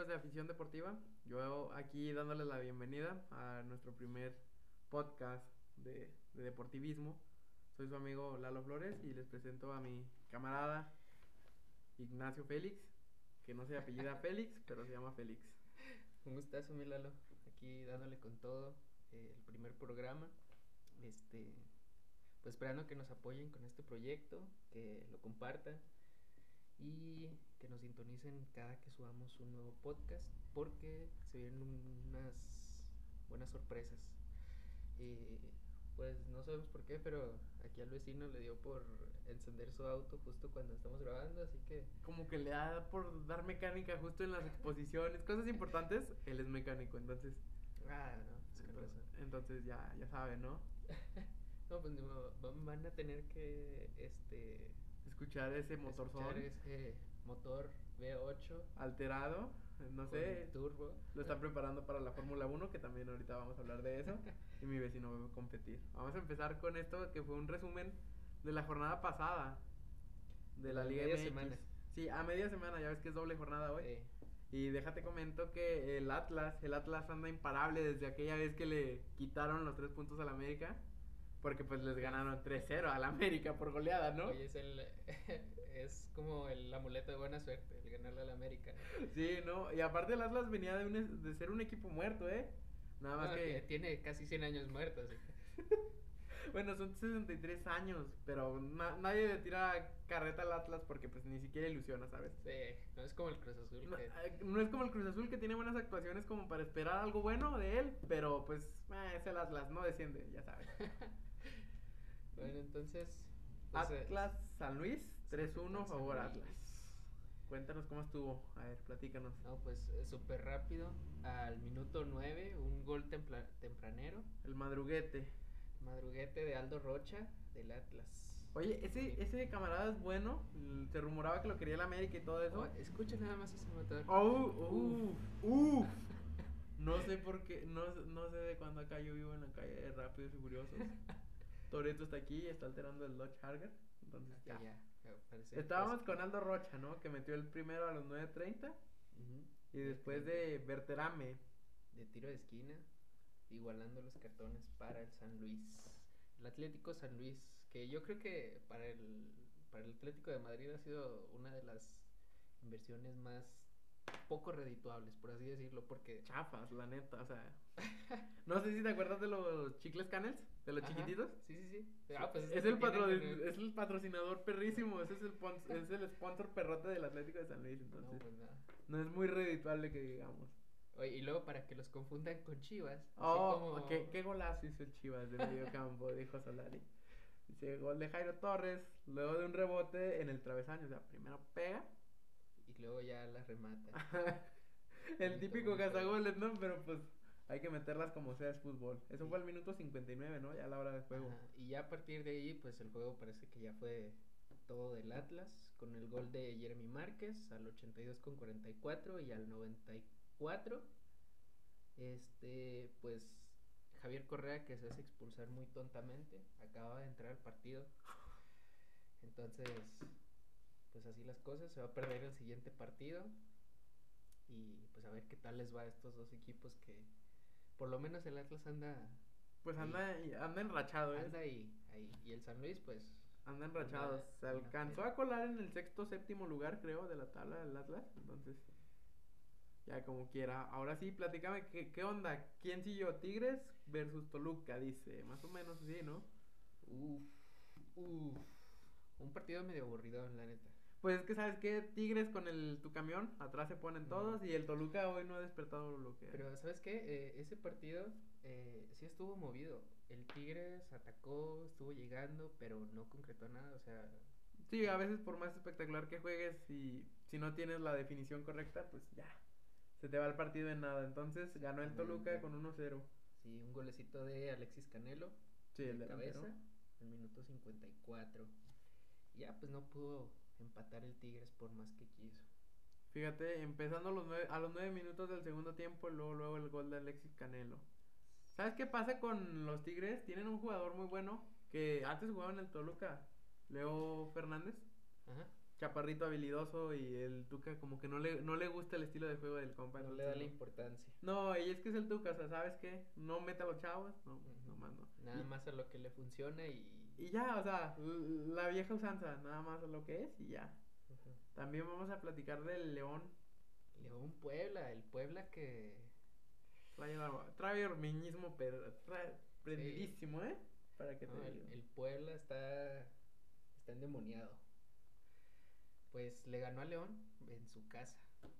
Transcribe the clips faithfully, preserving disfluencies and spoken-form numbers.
amigos de Afición Deportiva? Yo aquí dándoles la bienvenida a nuestro primer podcast de, de deportivismo. Soy su amigo Lalo Flores y les presento a mi camarada Ignacio Félix, que no se apellida Félix, pero se llama Félix. Un gustazo, mi Lalo, aquí dándole con todo, eh, el primer programa, este, pues esperando que nos apoyen con este proyecto, que lo compartan y que nos sintonicen cada que subamos un nuevo podcast, porque se vienen unas buenas sorpresas. Eh, pues no sabemos por qué, pero aquí al vecino le dio por encender su auto justo cuando estamos grabando, así que... Como que le da por dar mecánica justo en las exposiciones, cosas importantes, él es mecánico, entonces... Ah, no, pues con Entonces, razón. entonces ya, ya saben, ¿no? No, pues ni modo, van van a tener que, este, Escuchar ese escuchar motorzón ese motor V ocho alterado, no con sé, turbo. lo están preparando para la Fórmula uno, que también ahorita vamos a hablar de eso, y mi vecino va a competir. Vamos a empezar con esto que fue un resumen de la jornada pasada de De la la Liga media M X. semana. Sí, a media semana, ya ves que es doble jornada hoy. Eh, Y déjate comento que el Atlas, el Atlas anda imparable desde aquella vez que le quitaron los tres puntos al América. Porque pues les ganaron tres cero al América por goleada, ¿no? Oye, es el es como el amuleto de buena suerte, el ganarle al América, ¿no? Sí, ¿no? Y aparte el Atlas venía de, un, de ser un equipo muerto, ¿eh? Nada más No, que que... tiene casi cien años muertos. Bueno, son sesenta y tres años, pero na nadie le tira carreta al Atlas porque pues ni siquiera ilusiona, ¿sabes? Sí, no es como el Cruz Azul No, que... eh, no es como el Cruz Azul, que tiene buenas actuaciones como para esperar algo bueno de él, pero pues eh, es el Atlas, no desciende, ya sabes. Bueno, entonces, pues, eh, Atlas San Luis, tres uno, San favor Luis. Atlas. Cuéntanos cómo estuvo, a ver, platícanos. No, pues eh, súper rápido. Al minuto nueve, un gol templa- tempranero. El madruguete. Madruguete de Aldo Rocha, del Atlas. Oye, ese, ese camarada es bueno, se rumoraba que lo quería el América y todo Oh, eso. escucha nada más ese motor. Oh, Uf. uff, uff. No sé por qué, no, no sé de cuándo acá yo vivo en la calle de Rápidos y Furiosos. Toretto está aquí y está alterando el Dodge Charger. Entonces, Ok, ya. ya, ya, parece Estábamos clásico. con Aldo Rocha, ¿no? Que metió el primero a los nueve treinta. Ujú. Y Ya después creo que de Berterame. de tiro de esquina, igualando los cartones para el San Luis. El Atlético San Luis, que yo creo que para el, para el Atlético de Madrid ha sido una de las inversiones más poco redituables, por así decirlo, porque... Chafas, la neta, o sea. No sé si te acuerdas de los chicles Canels, de los Ajá, chiquititos. sí, sí, sí. Ah, pues es, Es lo que el, patro tienen en el... es el patrocinador perrísimo. Ese es el, pon- es el sponsor perrote del Atlético de San Luis. No, Entonces, pues nada. no es muy redituable que digamos. Oye, y luego para que los confundan con Chivas, así Oh, como... qué, qué golazo hizo el Chivas de medio campo, dijo Solari. Dice gol de Jairo Torres, luego de un rebote en el travesaño. O sea, primero pega. Y luego ya la remata. El Bonito, típico bonito. cazagoles, ¿no? Pero pues hay que meterlas como sea, es fútbol. Eso Sí. fue al minuto cincuenta y nueve, ¿no? Ya a la hora de juego. Ajá, y ya a partir de ahí, pues el juego parece que ya fue todo del Atlas, con el gol de Jeremy Márquez al ochenta y dos con cuarenta y cuatro y al noventa y cuatro, este, pues Javier Correa, que se hace expulsar muy tontamente, acaba de entrar al partido. Entonces, pues así las cosas, se va a perder el siguiente partido y pues a ver qué tal les va a estos dos equipos que por lo menos el Atlas anda Pues ahí. anda, anda enrachado, ¿eh? Anda ahí, ahí. Y el San Luis, pues. Anda enrachado. Anda, Se anda alcanzó feo. a colar en el sexto, séptimo lugar, creo, de la tabla del Atlas. Entonces, ya como quiera. Ahora sí, platícame, ¿qué, qué onda? ¿Quién siguió? Tigres versus Toluca, dice. Más o menos así, ¿no? Uf, uf. Un partido medio aburrido, la neta. Pues es que, ¿sabes qué? Tigres con el tu camión, atrás se ponen Ujú. todos. Y el Toluca hoy no ha despertado lo que. Pero, ¿sabes qué? Eh, ese partido eh, sí estuvo movido. El Tigres atacó, estuvo llegando, pero no concretó nada. O sea, Sí, a veces por más espectacular que juegues, y si no tienes la definición correcta, pues ya. Se te va el partido en nada. Entonces ganó el Toluca exactamente. con uno cero. Sí, un golecito de Alexis Canelo Sí, el de delantero. cabeza al minuto cincuenta y cuatro. Y ya, pues no pudo empatar el Tigres por más que quiso. Fíjate, empezando los nueve, a los nueve minutos del segundo tiempo, luego, luego el gol de Alexis Canelo. ¿Sabes qué pasa con los Tigres? Tienen un jugador muy bueno que antes jugaba en el Toluca, Leo Fernández. Ajá. chaparrito habilidoso y el Tuca como que no le, no le gusta el estilo de juego del compa. No le entonces da la no. importancia. No, y es que es el Tuca, o sea, ¿sabes qué? No meta a los chavos, no, Ujú. no más no. Nada Y, más a lo que le funciona y... y ya, o sea, l- la vieja usanza, nada más a lo que es y ya. Ujú. También vamos a platicar del León. León Puebla, el Puebla que... Trae, la- trae ormeñismo per- trae- Sí, prendidísimo, ¿eh? Para que te no, el, digo. el Puebla está, está endemoniado. Pues le ganó a León en su casa.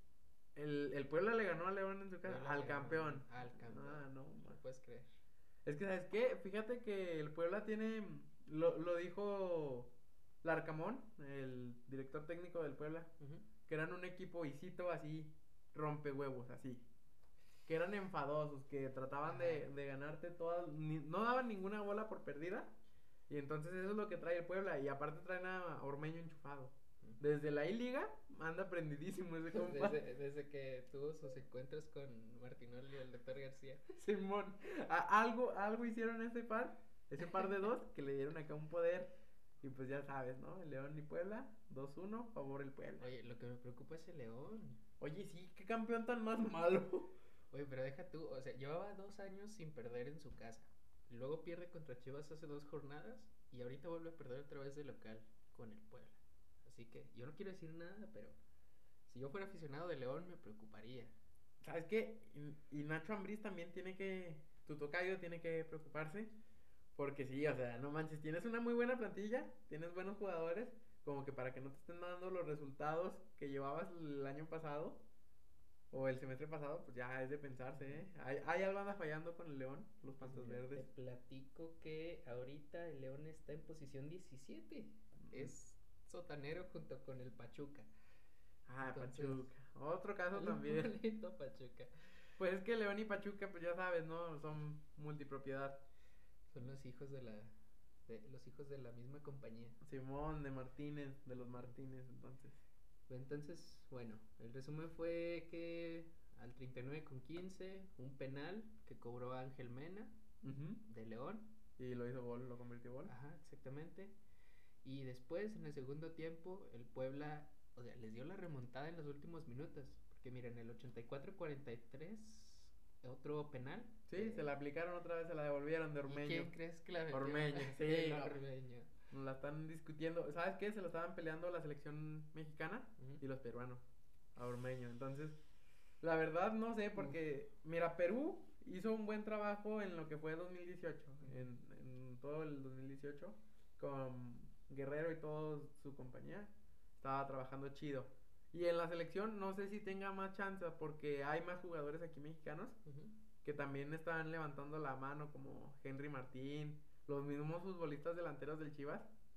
El, el Puebla le ganó a León en su casa, Puebla al le ganó campeón. al campeón. Ah, no, ¿Lo ma. puedes creer? Es que, ¿sabes qué? Fíjate que el Puebla tiene, lo, lo dijo Larcamón, el director técnico del Puebla, Ujú. que eran un equipo, y cito así, rompehuevos, así. Que eran enfadosos, que trataban de, Ajá. de ganarte todas, ni- no daban ninguna bola por perdida. Y entonces eso es lo que trae el Puebla. Y aparte traen a Ormeño enchufado. Ujú. Desde la I-Liga anda prendidísimo ese compa. Desde, desde que tuvo sus encuentros con Martinoli y el doctor García. Simón. A- algo, algo hicieron ese par, ese par de dos, que le dieron acá un poder. Y pues ya sabes, ¿no? El León y Puebla, dos uno, favor el Puebla. Oye, lo que me preocupa es el León. Oye, sí, qué campeón tan más malo. Oye, pero deja tú, o sea, llevaba dos años sin perder en su casa. Luego pierde contra Chivas hace dos jornadas y ahorita vuelve a perder otra vez de local con el Puebla. Así que yo no quiero decir nada, pero si yo fuera aficionado de León me preocuparía. ¿Sabes qué? Y, y Nacho Ambriz también tiene que, tu tocayo tiene que preocuparse. Porque sí, o sea, no manches, tienes una muy buena plantilla, tienes buenos jugadores, como que para que no te estén dando los resultados que llevabas el año pasado o el semestre pasado, pues ya es de pensarse, ¿eh? Hay, hay algo anda fallando con el León, los Pues Panzas mira, te Verdes. platico que ahorita el León está en posición diecisiete. Es sotanero junto con el Pachuca. Ah, Entonces, Pachuca. Otro caso el también. bonito Pachuca. Pues es que León y Pachuca, pues ya sabes, ¿no? Son multipropiedad. Son los hijos de la de los hijos de la misma compañía. Simón de Martínez, de los Martínez, entonces. Entonces, bueno, el resumen fue que al treinta y nueve con quince, un penal que cobró Ángel Mena Ujú. de León. Y lo hizo gol, lo convirtió gol. Ajá, exactamente. Y después, en el segundo tiempo, el Puebla, o sea, les dio la remontada en los últimos minutos. Porque miren, el ochenta y cuatro cuarenta y tres, otro penal. Sí, eh, se la aplicaron otra vez, se la devolvieron de ¿Y Ormeño. quién crees que la metió? Ormeño, sí, El no. Ormeño. Nos la están discutiendo. ¿Sabes qué? Se lo estaban peleando la selección mexicana Ujú. y los peruanos a Ormeño. Entonces, la verdad no sé, porque, mira, Perú hizo un buen trabajo en lo que fue dos mil dieciocho, Ujú. en, en todo el dos mil dieciocho, con Guerrero y toda su compañía. Estaba trabajando chido. Y en la selección no sé si tenga más chance, porque hay más jugadores aquí mexicanos Ujú. que también están levantando la mano, como Henry Martín, los mismos futbolistas delanteros del Chivas,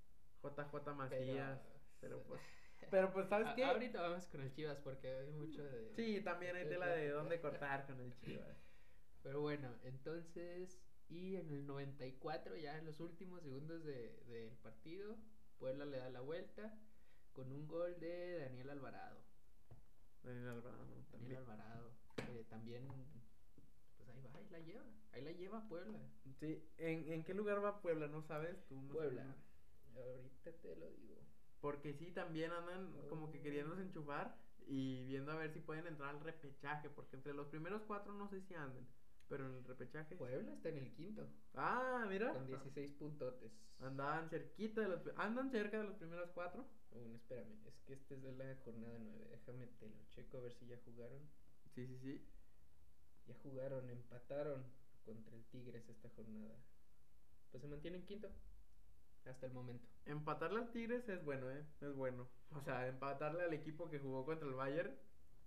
J J Macías, pero, Pero, pues, pero pues, ¿sabes a- qué? ahorita vamos con el Chivas porque hay mucho de... Sí, también hay de tela de plática. dónde cortar con el Chivas. Pero bueno, entonces, y en el noventa y cuatro, ya en los últimos segundos de, del partido, Puebla le da la vuelta con un gol de Daniel Alvarado. Daniel Alvarado Daniel también. Alvarado, que también, pues ahí va, ahí la lleva, ahí la lleva Puebla. Sí, ¿en, en qué lugar va Puebla? ¿No sabes tú? Más o Puebla, menos. ahorita te lo digo. Porque sí, también andan como que queriéndose enchufar y viendo a ver si pueden entrar al repechaje, porque entre los primeros cuatro no sé si anden, pero en el repechaje. Puebla está en el quinto, Ah, mira. con dieciséis puntotes. Andaban cerquita de los, andan cerca de los primeros cuatro. Aún espérame, es que este es de la jornada nueve. Déjame te lo checo a ver si ya jugaron. Sí, sí, sí. Ya jugaron, empataron contra el Tigres esta jornada. Pues se mantienen quinto hasta el momento. Empatarle al Tigres es bueno, ¿eh? Es bueno. O sea, empatarle al equipo que jugó contra el Bayern.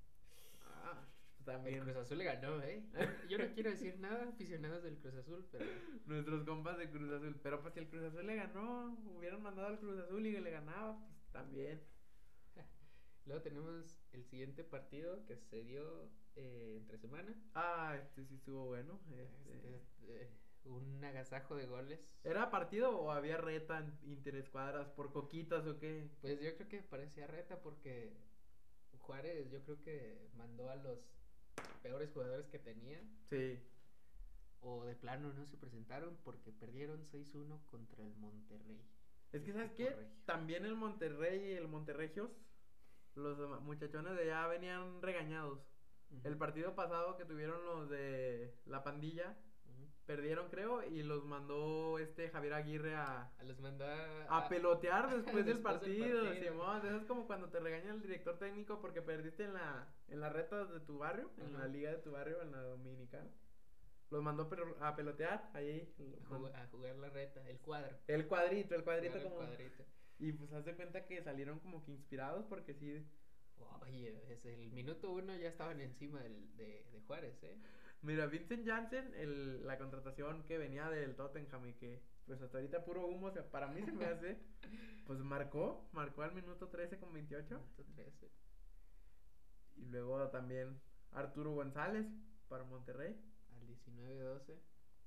Ah, El también. Cruz Azul le ganó, ¿eh? Yo, yo no quiero decir nada, aficionados del Cruz Azul, pero Nuestros compas de Cruz Azul. Pero pues si el Cruz Azul le ganó, hubieran mandado al Cruz Azul y que le ganaba, pues también. luego tenemos el siguiente partido que se dio eh, entre semana. Ah, este sí estuvo bueno. Este... Este, eh, un agasajo de goles. ¿Era partido o había reta en interescuadras por coquitas o qué? Pues yo creo que parecía reta porque Juárez yo creo que mandó a los peores jugadores que tenía. Sí. O de plano no se presentaron porque perdieron seis uno contra el Monterrey. Es que, ¿sabes qué? Regio. También el Monterrey y el Monterregios, los muchachones de allá venían regañados. Uh-huh. El partido pasado que tuvieron los de la pandilla, Uh-huh. perdieron creo, y los mandó este Javier Aguirre a, A los mandó a, a pelotear después, del, después del partido, partido. Simón. Eso es como cuando te regaña el director técnico porque perdiste en la en las retas de tu barrio, en Ajá. la liga de tu barrio, en la dominical. Los mandó a pelotear ahí. A jugar, a jugar la reta, el cuadro. El cuadrito, el cuadrito Jugar el como... cuadrito. Y pues haz de cuenta que salieron como que inspirados porque sí... Oye, desde el minuto uno ya estaban encima del, de, de Juárez, ¿eh? Mira, Vincent Janssen, el, la contratación que venía del Tottenham y que pues hasta ahorita puro humo, o sea, para mí se me hace, pues marcó, marcó al minuto trece con veintiocho. Minuto trece. Y luego también Arturo González para Monterrey. Al diecinueve doce.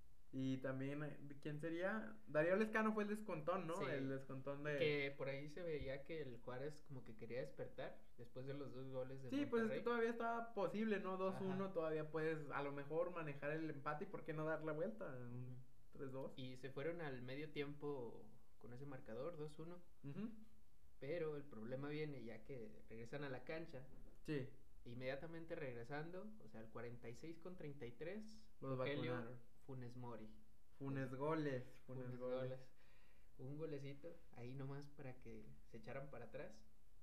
Y también, ¿quién sería? Darío Lescano fue el descontón, ¿no? Sí. El descontón de... Que por ahí se veía que el Juárez como que quería despertar después de los dos goles de Sí, Monterrey. pues es que todavía estaba posible, ¿no? dos uno, Ajá. todavía puedes a lo mejor manejar el empate y por qué no dar la vuelta. Uh-huh. tres dos. Y se fueron al medio tiempo con ese marcador, dos uno. Uh-huh. Pero el problema viene ya que regresan a la cancha. Sí. Inmediatamente regresando, o sea, al cuarenta y seis con treinta y tres, Los Rogelio vacunaron. Funes Mori. Funes goles, Funes, Funes goles. goles. Un golecito ahí nomás para que se echaran para atrás.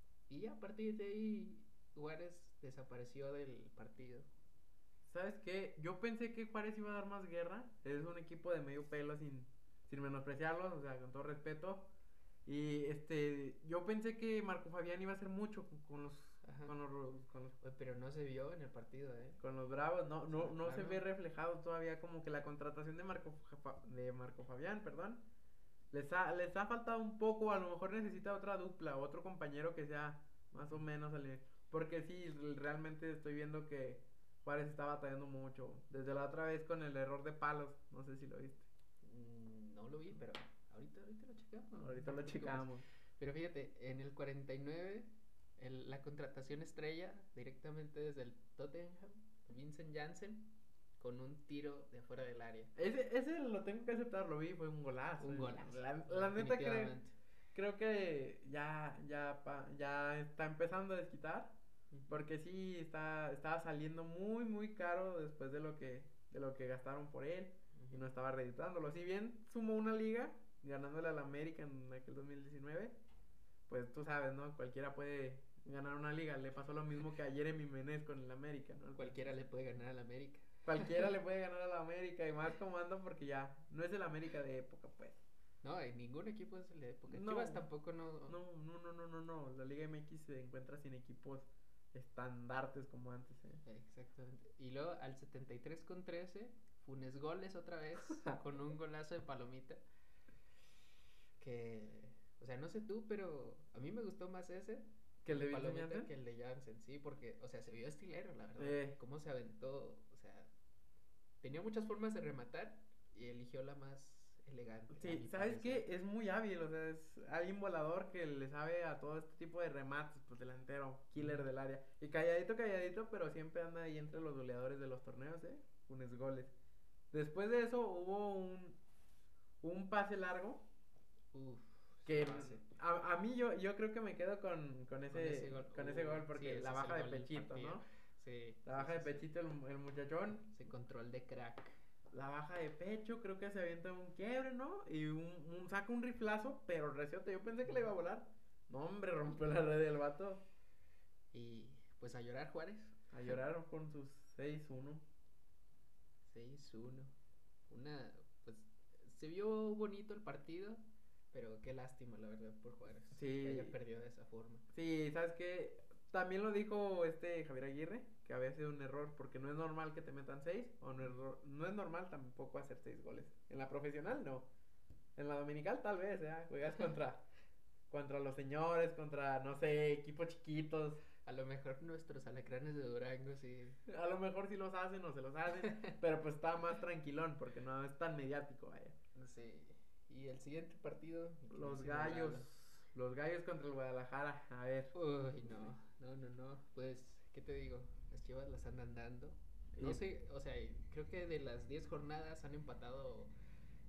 Y ya a partir de ahí Juárez desapareció del partido. ¿Sabes qué? Yo pensé que Juárez iba a dar más guerra. Es un equipo de medio pelo sin, sin menospreciarlos, o sea, con todo respeto. Y este, yo pensé que Marco Fabián iba a hacer mucho con, con los Ajá. con los con los Oye, pero no se vio en el partido, eh. con los Bravos, no no Sí, no claro. se ve reflejado todavía como que la contratación de Marco de Marco Fabián, perdón. Les ha les ha faltado un poco, a lo mejor necesita otra dupla, otro compañero que sea más o menos al, porque sí, realmente estoy viendo que Juárez está batallando mucho. Desde la otra vez con el error de palos, no sé si lo viste. Mm, no lo vi, pero ahorita, ahorita lo checamos. Ahorita lo checamos. Pero fíjate, en el cuarenta y nueve, el, la contratación estrella directamente desde el Tottenham, Vincent Janssen, con un tiro de afuera del área. Ese, ese lo tengo que aceptar, lo vi, fue un golazo. Un golazo. La, la neta creo, creo que ya, ya, pa, ya está empezando a desquitar. Porque sí, está, estaba saliendo muy, muy caro después de lo que, de lo que gastaron por él. Uh-huh. Y no estaba reeditándolo. Si bien sumó una liga, ganándole al América en aquel dos mil diecinueve, pues tú sabes, ¿no? Cualquiera puede ganar una liga. Le pasó lo mismo que a Jeremy Menez con el América, ¿no? Cualquiera le puede ganar al América. Cualquiera le puede ganar al América, y más como anda porque ya no es el América de época, pues. No, en ningún equipo es el de época. No, Chivas tampoco no... No, no, no, no, no, no. La Liga M X se encuentra sin equipos estandartes como antes, ¿eh? Exactamente. Y luego al setenta y tres con trece, Funes goles otra vez, con un golazo de palomita. Que, o sea, no sé tú, pero a mí me gustó más ese que el de palomita que el de Janssen, sí, porque, o sea, se vio estilero, la verdad. Eh. Cómo se aventó, o sea, tenía muchas formas de rematar y eligió la más elegante. Sí, ¿sabes qué? Es muy hábil, o sea, es alguien volador que le sabe a todo este tipo de remates, pues delantero, killer del área. Y calladito, calladito, pero siempre anda ahí entre los goleadores de los torneos, ¿eh? Unos goles. Después de eso hubo un, un pase largo. Uf, que a, a mí yo, yo creo que me quedo con, con, ese, con ese gol, con ese gol porque sí, la baja de pechito, ¿no? Sí. La baja sí, de sí, pechito, el, el muchachón. Ese control de crack. La baja de pecho, creo que se avienta un quiebre, ¿no? Y un, un saca un riflazo, pero reciote, yo pensé que le iba a volar. No, hombre, rompió la red del vato. Y pues a llorar Juárez. A llorar con sus seis uno. seis uno. Una, pues, se vio bonito el partido, pero qué lástima, la verdad, por Juárez. Sí. Que haya perdido de esa forma. Sí, ¿sabes qué? También lo dijo este Javier Aguirre, que había sido un error, porque no es normal que te metan seis, o no es, no es normal tampoco hacer seis goles. En la profesional, no. En la dominical, tal vez, ¿eh? Juegas contra, contra los señores, contra, no sé, equipos chiquitos. A lo mejor nuestros alacranes de Durango, sí. A lo mejor sí los hacen o se los hacen, pero pues está más tranquilón, porque no es tan mediático, vaya. Sí. Y el siguiente partido. Los gallos. Lalo. Los gallos contra el Guadalajara, a ver. Uy, no, no, no, no. Pues, ¿qué te digo? Las Chivas las andan dando. No sé, o sea, creo que de las diez jornadas han empatado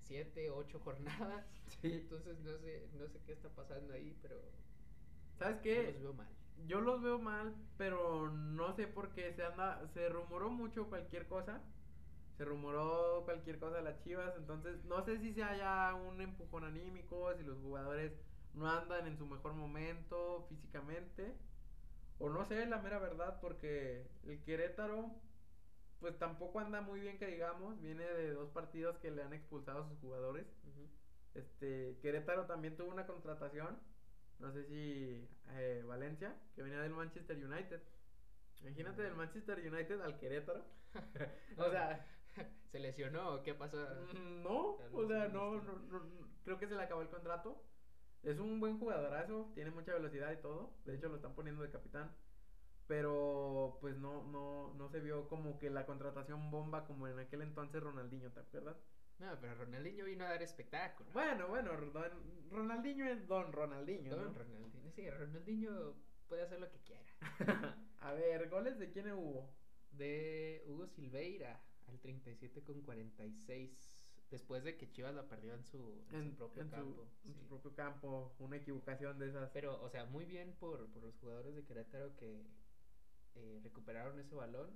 siete, ocho jornadas. Sí. Entonces no sé, no sé qué está pasando ahí, pero ¿Sabes yo qué? los veo mal. Yo los veo mal, pero no sé por qué se anda, se rumoró mucho cualquier cosa. Se rumoró cualquier cosa de las Chivas, entonces no sé si se haya un empujón anímico, si los jugadores no andan en su mejor momento físicamente, o no sé la mera verdad, porque el Querétaro pues tampoco anda muy bien que digamos, viene de dos partidos que le han expulsado a sus jugadores. Ujú. Este, Querétaro también tuvo una contratación, no sé si eh, Valencia, que venía del Manchester United. Imagínate del Manchester United al Querétaro. O sea, ¿Se lesionó o qué pasó? mm, no, Ah, o no sé sea, el no, estilo. no, no, no, creo que se le acabó el contrato. Es un buen jugadorazo, tiene mucha velocidad y todo. De hecho, lo están poniendo de capitán. Pero pues no, no, no se vio como que la contratación bomba como en aquel entonces Ronaldinho, ¿te acuerdas? No, pero Ronaldinho vino a dar espectáculo. Bueno, bueno, don, Ronaldinho es Don Ronaldinho, Don ¿no? Ronaldinho, sí, Ronaldinho puede hacer lo que quiera. A ver, ¿goles de quién hubo? De Hugo Silveira al treinta y siete con cuarenta y seis. Después de que Chivas la perdió en su, en su En, propio en, su, campo. en su Sí. propio campo, una equivocación de esas. Pero, o sea, muy bien por, por los jugadores de Querétaro que eh, recuperaron ese balón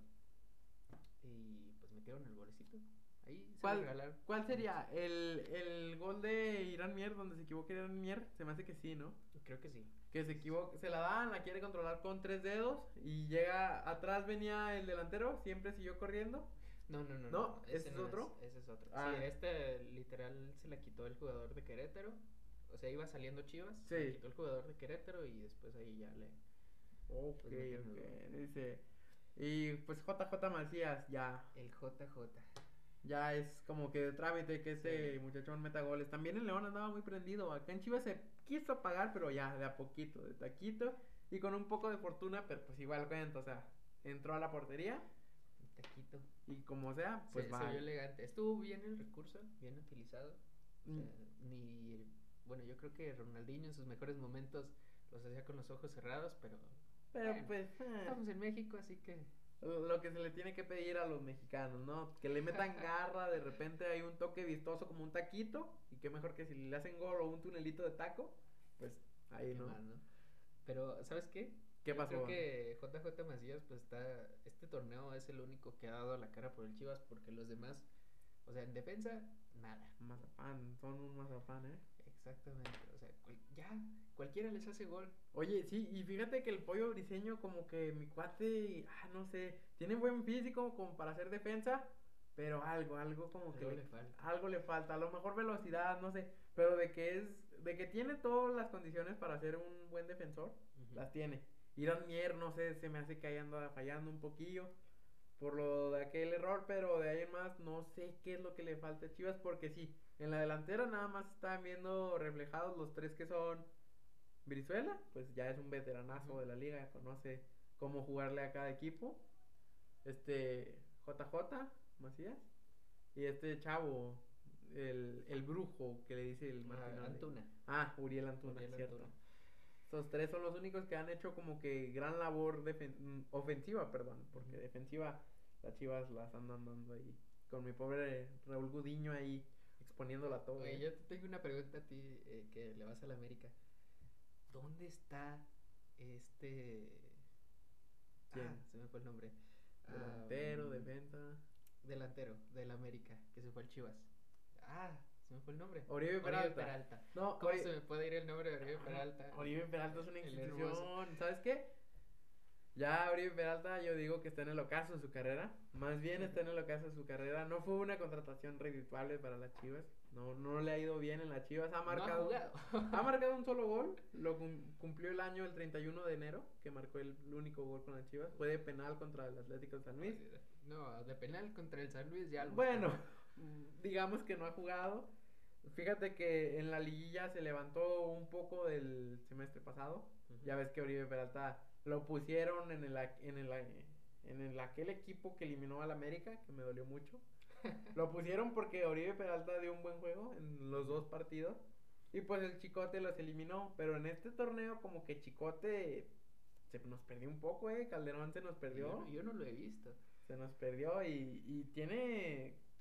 y pues metieron el golecito. Ahí se lo ¿Cuál, regalaron. ¿Cuál sería? ¿El, el gol de Irán Mier, donde se equivoca Irán Mier? Se me hace que sí, ¿no? Creo que sí. Que se equivoca, se la dan, la quiere controlar con tres dedos y llega atrás, venía el delantero, siempre siguió corriendo. No, no, no, no, ¿No? no, ¿Ese ese es no otro? es, ese es otro. Ah. Sí, este literal se la quitó el jugador de Querétaro. O sea, iba saliendo Chivas, se la Sí. quitó el jugador de Querétaro y después ahí ya le Ok, pues metieron el ok. gol. Dice. Y pues J J Macías ya. El J J. Ya es como que de trámite que este Sí. muchachón meta goles. También el León andaba muy prendido. Acá en Chivas se quiso apagar, pero ya, de a poquito, de taquito. Y con un poco de fortuna, pero pues igual cuenta. O sea, entró a la portería Un taquito. y como sea, pues Se, va. se vio elegante. Estuvo bien el recurso, bien utilizado. O Mm. sea, ni. Bueno, yo creo que Ronaldinho en sus mejores momentos los hacía con los ojos cerrados, pero. Pero Bueno, pues, eh, estamos en México, así que. lo que se le tiene que pedir a los mexicanos, ¿no? Que le metan garra, de repente hay un toque vistoso como un taquito. Y qué mejor que si le hacen gol o un tunelito de taco, pues ahí, ¿Qué ¿no? más, no? Pero, ¿sabes qué? ¿Qué Yo pasó? creo que J J Macías, pues está. Este torneo es el único que ha dado la cara por el Chivas, porque los demás. O sea, en defensa, nada. Mazapán, son un mazapán, ¿eh? Exactamente. O sea, cual- ya, cualquiera les hace gol. Oye, sí, y fíjate que el pollo briseño como que mi cuate, ah, no sé, tiene buen físico como para hacer defensa, pero algo, algo como que Algo le, le falta. algo le falta, a lo mejor velocidad, no sé, pero de que es, de que tiene todas las condiciones para ser un buen defensor, Ujú. las tiene. Irán Mier, no sé, se me hace que ahí anda fallando un poquillo por lo de aquel error, pero de ahí en más no sé qué es lo que le falta a Chivas, porque sí, en la delantera nada más están viendo reflejados los tres que son Brizuela, pues ya es un veteranazo Ujú. de la liga, conoce cómo jugarle a cada equipo. Este J J Macías y este chavo, el, el brujo que le dice el Ah, Martinoli. Antuna. Ah, Uriel Antuna, Uriel cierto. Antuna. Estos tres son los únicos que han hecho como que gran labor defen- mm, ofensiva, perdón, porque Ujú. defensiva las Chivas las andan dando ahí. Con mi pobre Raúl Gudiño ahí exponiéndola todo. Oye, ¿eh? yo te tengo una pregunta a ti eh, que le vas a la América. ¿Dónde está este... ¿Quién? Ah, se me fue el nombre. Delantero, Am, defensa. delantero del América, que se fue al Chivas. Ah, se me fue el nombre. Oribe Peralta. No, ¿Cómo Ori- se me puede ir el nombre de Oribe Peralta? Oribe Peralta es una El hermoso. institución. ¿Sabes qué? Ya Oribe Peralta yo digo que está en el ocaso de su carrera. Más bien está en el ocaso de su carrera. No fue una contratación redituable para las Chivas. No, no le ha ido bien en las Chivas. Ha No ha marcado, jugado. ha marcado un solo gol. Lo cum- cumplió el año el treinta y uno de enero, que marcó el, el único gol con las Chivas. Fue de penal contra el Atlético de San Luis. No, de penal contra el San Luis ya lo Bueno, buscamos. digamos que no ha jugado. Fíjate que en la liguilla se levantó un poco del semestre pasado. Ujú. Ya ves que Oribe Peralta lo pusieron en el, a- en el, a- en el aquel equipo que eliminó al América, que me dolió mucho. Lo pusieron porque Oribe Peralta dio un buen juego en los dos partidos. Y pues el Chicote los eliminó. Pero en este torneo como que Chicote se nos perdió un poco, eh. Calderón se nos Yo, perdió. no- yo no lo he visto. Se nos perdió y, y tiene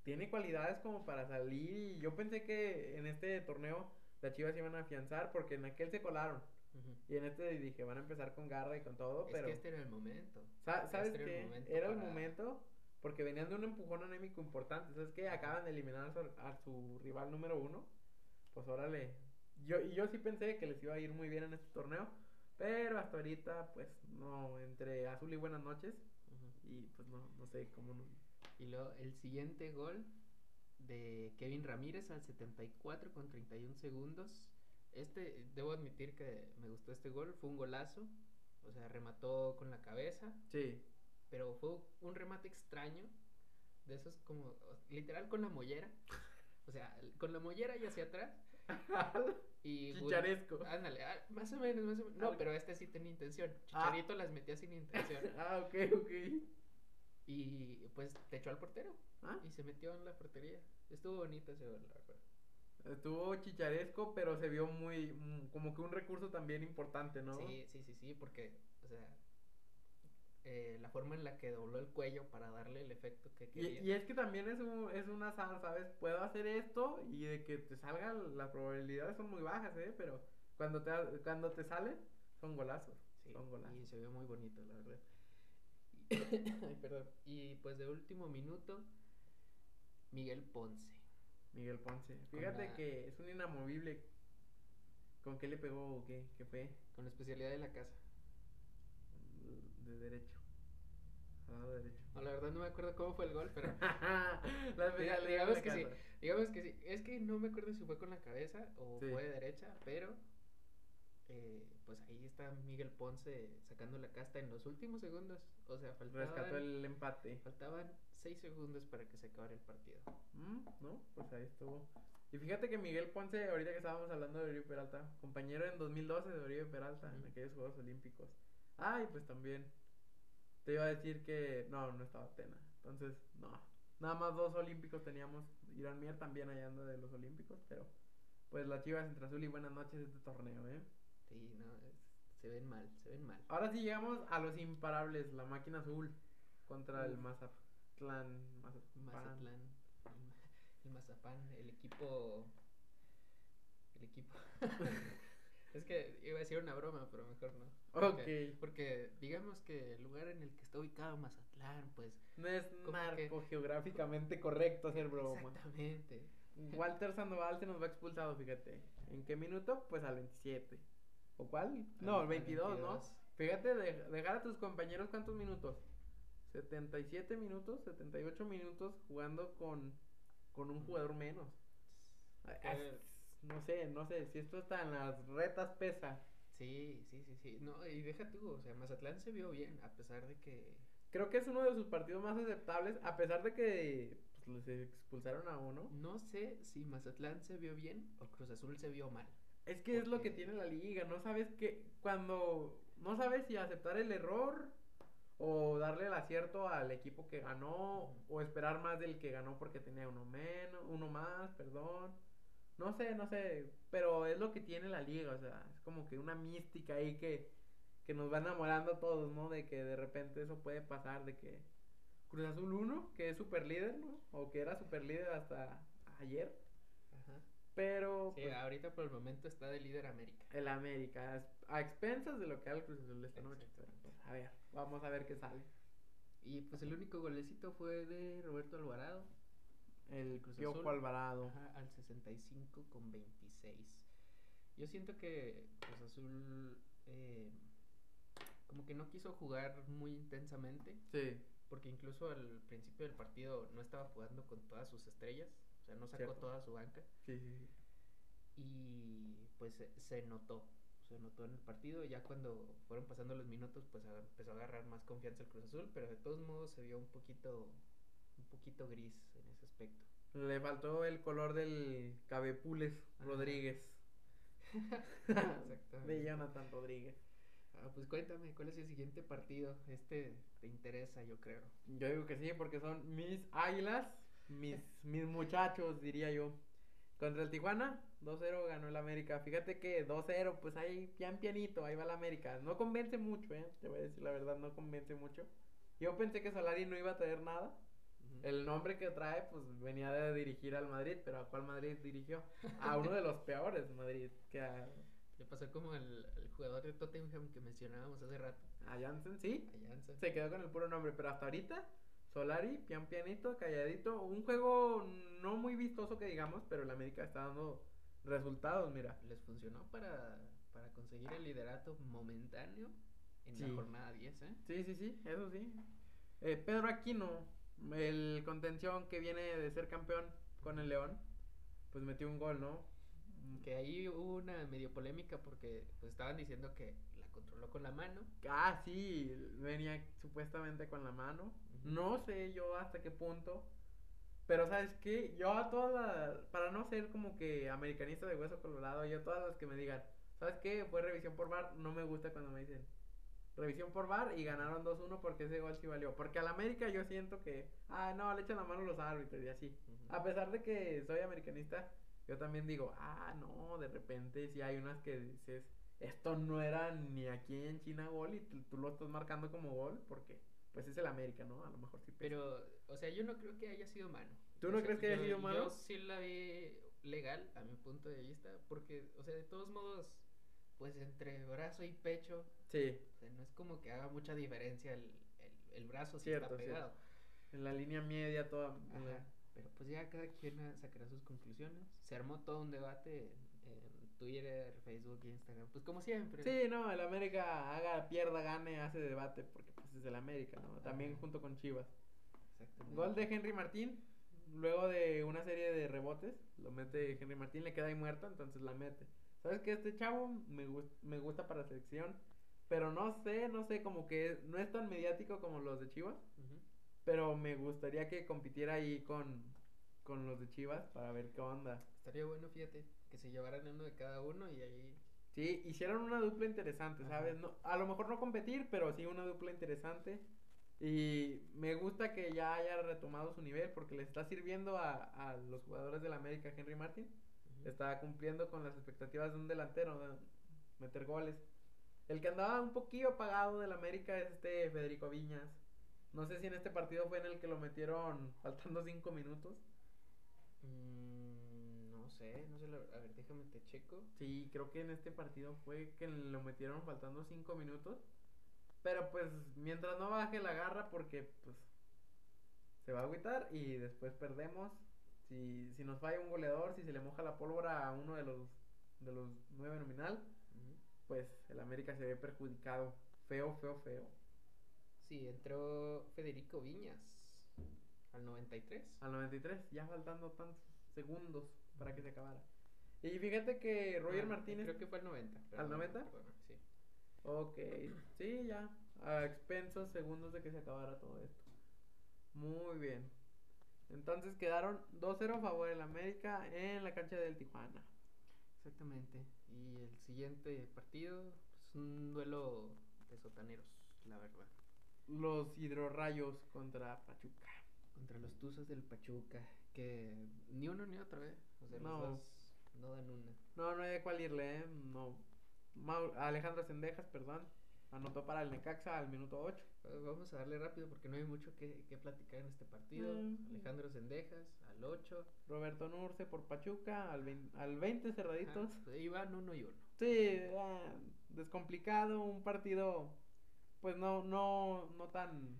tiene cualidades como para salir. Y yo pensé que en este torneo las Chivas iban a afianzar porque en aquel se colaron. Uh-huh. Y en este dije, van a empezar con garra y con todo, es pero... que este era el momento. Sa ¿Sabes este qué? Era el momento, era para... el momento porque venían de un empujón anémico importante. ¿Sabes qué? Acaban de eliminar a su, a su rival número uno. Pues órale. Yo, y yo sí pensé que les iba a ir muy bien en este torneo. Pero hasta ahorita, pues no, entre azul y buenas noches. Uh-huh. Y pues no, no sé cómo no. Y luego el siguiente gol de Kevin Ramírez al setenta y cuatro con treinta y un segundos. Este, debo admitir que me gustó este gol. Fue un golazo. O sea, remató con la cabeza. Sí. Pero fue un remate extraño. De esos como, literal con la mollera. O sea, con la mollera y hacia atrás. Y Chicharesco. Bueno, ándale, ah, más o menos, más o menos. No, Algo. pero este sí tenía intención. Chicharito ah. las metía sin intención. Ah, ok, ok. Y pues te echó al portero. ¿Ah? Y se metió en la portería. Estuvo bonito ese gol, la verdad. Estuvo chicharesco, pero se vio muy, mm, como que un recurso también importante, ¿no? Sí, sí, sí, sí, porque, o sea, eh, la forma en la que dobló el cuello para darle el efecto que quería. Y, y es que también es un, es un azar, ¿sabes? Puedo hacer esto y de que te salga, las probabilidades son muy bajas, ¿eh? Pero cuando te, cuando te sale, son golazos. Sí, son golazos. Y se vio muy bonito, la verdad. Ay, perdón. Y pues de último minuto, Miguel Ponce. Miguel Ponce. Fíjate la... que es un inamovible. ¿Con qué le pegó o qué? ¿Qué fue? Con la especialidad de la casa. De derecho. Ah, de derecho. No, la verdad no me acuerdo cómo fue el gol, pero... la especialidad digamos que casa. sí. Digamos que sí. Es que no me acuerdo si fue con la cabeza o sí. fue de derecha, pero... Eh, pues ahí está Miguel Ponce sacando la casta en los últimos segundos. O sea, faltaban... Rescató el empate. Faltaban seis segundos para que se acabara el partido. Mm, no, pues ahí estuvo. Y fíjate que Miguel Ponce, ahorita que estábamos hablando de Oribe Peralta, compañero en dos mil doce de Oribe Peralta, mm. en aquellos Juegos Olímpicos. Ah, y pues también te iba a decir que no, no estaba Tena. Entonces, no. Nada más dos olímpicos teníamos. Irán Mier también allá anda de los olímpicos, pero pues las Chivas entre azul y buenas noches este torneo, ¿eh? Sí, no, es, se ven mal, se ven mal. Ahora sí llegamos a los imparables, la máquina azul contra Uf. el Mazatlán. Mazatlán. Mazatlán. El Mazapán, el equipo. El equipo. Es que iba a decir una broma, pero mejor no. Porque, ok. Porque digamos que el lugar en el que está ubicado Mazatlán, pues. No es marco que... geográficamente correcto hacer broma. Exactamente. Walter Sandoval se nos va expulsado, fíjate. ¿En qué minuto? Pues al veintisiete. ¿O cuál? No, al veintidós, ¿no? Fíjate, de, dejar a tus compañeros cuántos minutos. setenta y siete minutos, setenta y ocho minutos jugando con, con un jugador menos. Eh, no sé, no sé, si esto está en las retas pesa. Sí, sí, sí, sí. No, y deja tú, o sea, Mazatlán se vio bien, a pesar de que... Creo que es uno de sus partidos más aceptables, a pesar de que pues, les expulsaron a uno. No sé si Mazatlán se vio bien o Cruz Azul se vio mal. Es que porque... es lo que tiene la liga, no sabes que cuando... No sabes si aceptar el error o darle el acierto al equipo que ganó uh-huh. o esperar más del que ganó porque tenía uno menos, uno más, perdón. No sé, no sé, pero es lo que tiene la liga, o sea, es como que una mística ahí que, que nos va enamorando a todos, ¿no? De que de repente eso puede pasar, de que Cruz Azul uno, que es super líder, ¿no? O que era super líder hasta ayer. Ajá. Pero... Sí, pues, ahorita por el momento está de líder América. El América, a expensas de lo que haga el Cruz Azul esta noche. Pero, pues, a ver, vamos a ver qué sale. Y pues el único golecito fue de Roberto Alvarado. El Cruz Piojo Alvarado. Ajá, al sesenta y cinco con veintiséis. Yo siento que Cruz Azul eh, como que no quiso jugar muy intensamente. Sí. Porque incluso al principio del partido no estaba jugando con todas sus estrellas. O sea, no sacó Cierto. toda su banca. Sí, sí, sí. Y pues se, se notó. Se notó en el partido. Ya cuando fueron pasando los minutos, pues a, empezó a agarrar más confianza el Cruz Azul. Pero de todos modos se vio un poquito... un poquito gris en ese aspecto. Le faltó el color del Cabepules Ajá. Rodríguez. Exactamente. De Jonathan Rodríguez. Ah, pues cuéntame, ¿cuál es el siguiente partido? Este te interesa, yo creo. Yo digo que sí, porque son mis águilas, mis, mis muchachos, diría yo. Contra el Tijuana, dos cero ganó el América. Fíjate que dos cero, pues ahí pian pianito, ahí va el América. No convence mucho, eh, te voy a decir la verdad, no convence mucho. Yo pensé que Solari no iba a traer nada. Uh-huh. El nombre que trae, pues venía de dirigir al Madrid, pero ¿a cuál Madrid dirigió? A uno de los peores Madrid, que a, Le pasó como el, el jugador de Tottenham que mencionábamos hace rato, a Janssen, sí. a Janssen. Se quedó con el puro nombre, pero hasta ahorita, Solari, pian pianito, calladito. Un juego no muy vistoso que digamos, pero el América está dando resultados, mira. Les funcionó para, para conseguir el liderato momentáneo en Sí. la jornada diez, ¿eh? Sí, sí, sí, eso sí. Eh, Pedro Aquino, el contención que viene de ser campeón con el León, pues metió un gol, ¿no? Que ahí hubo una medio polémica porque pues estaban diciendo que la controló con la mano. Ah, sí, venía supuestamente con la mano. Ujú. No sé yo hasta qué punto. Pero ¿sabes qué? Yo a todas las... Para no ser como que americanista de hueso colorado, yo todas las que me digan, ¿sabes qué? Fue revisión por V A R, no me gusta cuando me dicen revisión por V A R y ganaron dos uno porque ese gol sí valió. Porque al América yo siento que, ah, no, le echan la mano los árbitros y así. Ujú. A pesar de que soy americanista, yo también digo, ah, no, de repente sí hay unas que dices, esto no era ni aquí en China gol y tú, tú lo estás marcando como gol porque, pues es el América, ¿no? A lo mejor sí pesa. Pero, o sea, yo no creo que haya sido mano. ¿Tú Yo no sé- crees que haya yo- sido mano? Yo sí la vi legal a mi punto de vista porque, o sea, de todos modos, pues entre brazo y pecho, Sí, o sea, no es como que haga mucha diferencia el, el, el brazo si Cierto, está pegado. en la línea media toda. en la- Ajá. Pero pues ya cada quien ah, sacará sus conclusiones. Se armó todo un debate en, en Twitter, Facebook y Instagram. Pues como siempre. Sí, no, el América haga, pierda, gane, hace debate porque pues es el América, ¿no? También Ajá. junto con Chivas. Exactamente. Gol de Henry Martín, luego de una serie de rebotes, lo mete Henry Martín, le queda ahí muerto, entonces la mete. ¿Sabes qué? Este chavo me, gus- me gusta para la selección, pero no sé, no sé, como que no es tan mediático como los de Chivas, Ujú. pero me gustaría que compitiera ahí con, con los de Chivas para ver qué onda. Estaría bueno, fíjate, que se llevaran uno de cada uno y ahí. Sí, hicieron una dupla interesante, ¿sabes? Ajá. No, a lo mejor no competir, pero sí una dupla interesante. Y me gusta que ya haya retomado su nivel porque le está sirviendo a, a los jugadores del América. Henry Martin Ujú. está cumpliendo con las expectativas de un delantero, de meter goles. El que andaba un poquillo apagado del América es este Federico Viñas. No sé si en este partido fue en el que lo metieron faltando cinco minutos. Mm, no sé, no sé. La, a ver, déjame te checo. Sí, creo que en este partido fue que lo metieron faltando cinco minutos. Pero pues mientras no baje la garra porque pues se va a agüitar y después perdemos. Si, si nos falla un goleador, si se le moja la pólvora a uno de los, de los nueve nominal, Ujú. pues el América se ve perjudicado. Feo, feo, feo. Sí, entró Federico Viñas al noventa y tres. Al noventa y tres, ya faltando tantos segundos para que se acabara. Y fíjate que Roger Ah, Martínez... Creo que fue al noventa. ¿Al noventa? Perdona, sí. Ok, sí, ya. A expensos segundos de que se acabara todo esto. Muy bien. Entonces quedaron dos cero a favor del América en la cancha del Tijuana. Exactamente. Y el siguiente partido es un duelo de sotaneros, la verdad. Los hidrorrayos contra Pachuca. Contra los Tuzos del Pachuca, que ni uno ni otro, ¿eh? O sea, No. los dos no dan una. No, no hay de cuál irle, ¿eh? No. Mau- Alejandro Sendejas, perdón. Anotó para el Necaxa al minuto ocho. Eh, Vamos a darle rápido porque no hay mucho que, que platicar en este partido. Mm. Alejandro Sendejas al ocho. Roberto Nurce por Pachuca al veinte, al veinte cerraditos. Iban uno y uno. Sí, ah, descomplicado, un partido pues no no no tan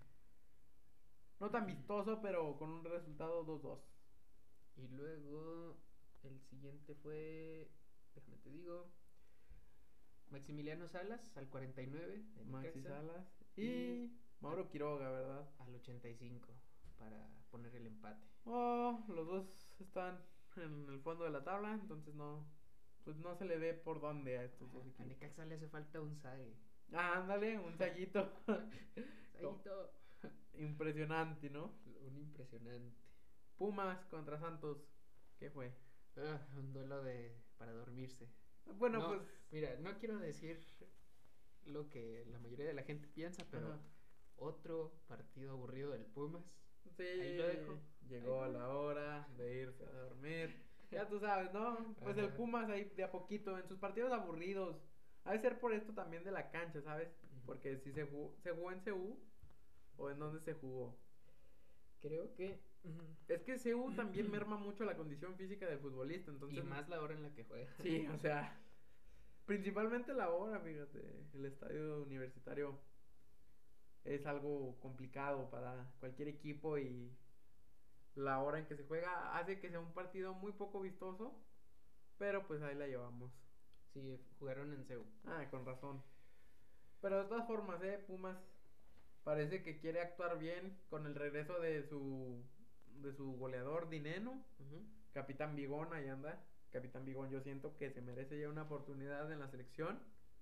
no tan vistoso, pero con un resultado dos dos. Y luego el siguiente fue, déjame te digo, Maximiliano Salas al cuarenta y nueve de Maxi Necaxa, Salas y, y Mauro Quiroga, ¿verdad? al ochenta y cinco para poner el empate. Oh, los dos están en el fondo de la tabla, entonces no pues no se le ve por dónde a estos dos A equipos. Necaxa le hace falta un Sague. Ah, ándale, un saguito. Saguito. Impresionante, ¿no? Un impresionante. Pumas contra Santos. ¿Qué fue? Ah, un duelo de para dormirse. Bueno, No, pues mira, no quiero decir lo que la mayoría de la gente piensa, pero Ajá. otro partido aburrido del Pumas. sí, Ahí lo dejo. llegó Ahí lo la hora de irse a dormir. Ya tú sabes, ¿no? Pues el Ajá. Pumas ahí de a poquito, en sus partidos aburridos. Ha de ser por esto también de la cancha, ¿sabes? Ujú. Porque si se jugó, se jugó en C U o en dónde se jugó. Creo que Ujú. Es que C U también merma mucho la condición física del futbolista, entonces... Y más la hora en la que juega. Sí, o sea, principalmente la hora, fíjate, el estadio universitario es algo complicado para cualquier equipo y la hora en que se juega hace que sea un partido muy poco vistoso, pero pues ahí la llevamos. Sí, jugaron en C U. Ah, con razón. Pero de todas formas, eh, Pumas parece que quiere actuar bien con el regreso de su de su goleador Dineno, Ujú. Capitán Bigón, ahí anda. Capitán Bigón, yo siento que se merece ya una oportunidad en la selección.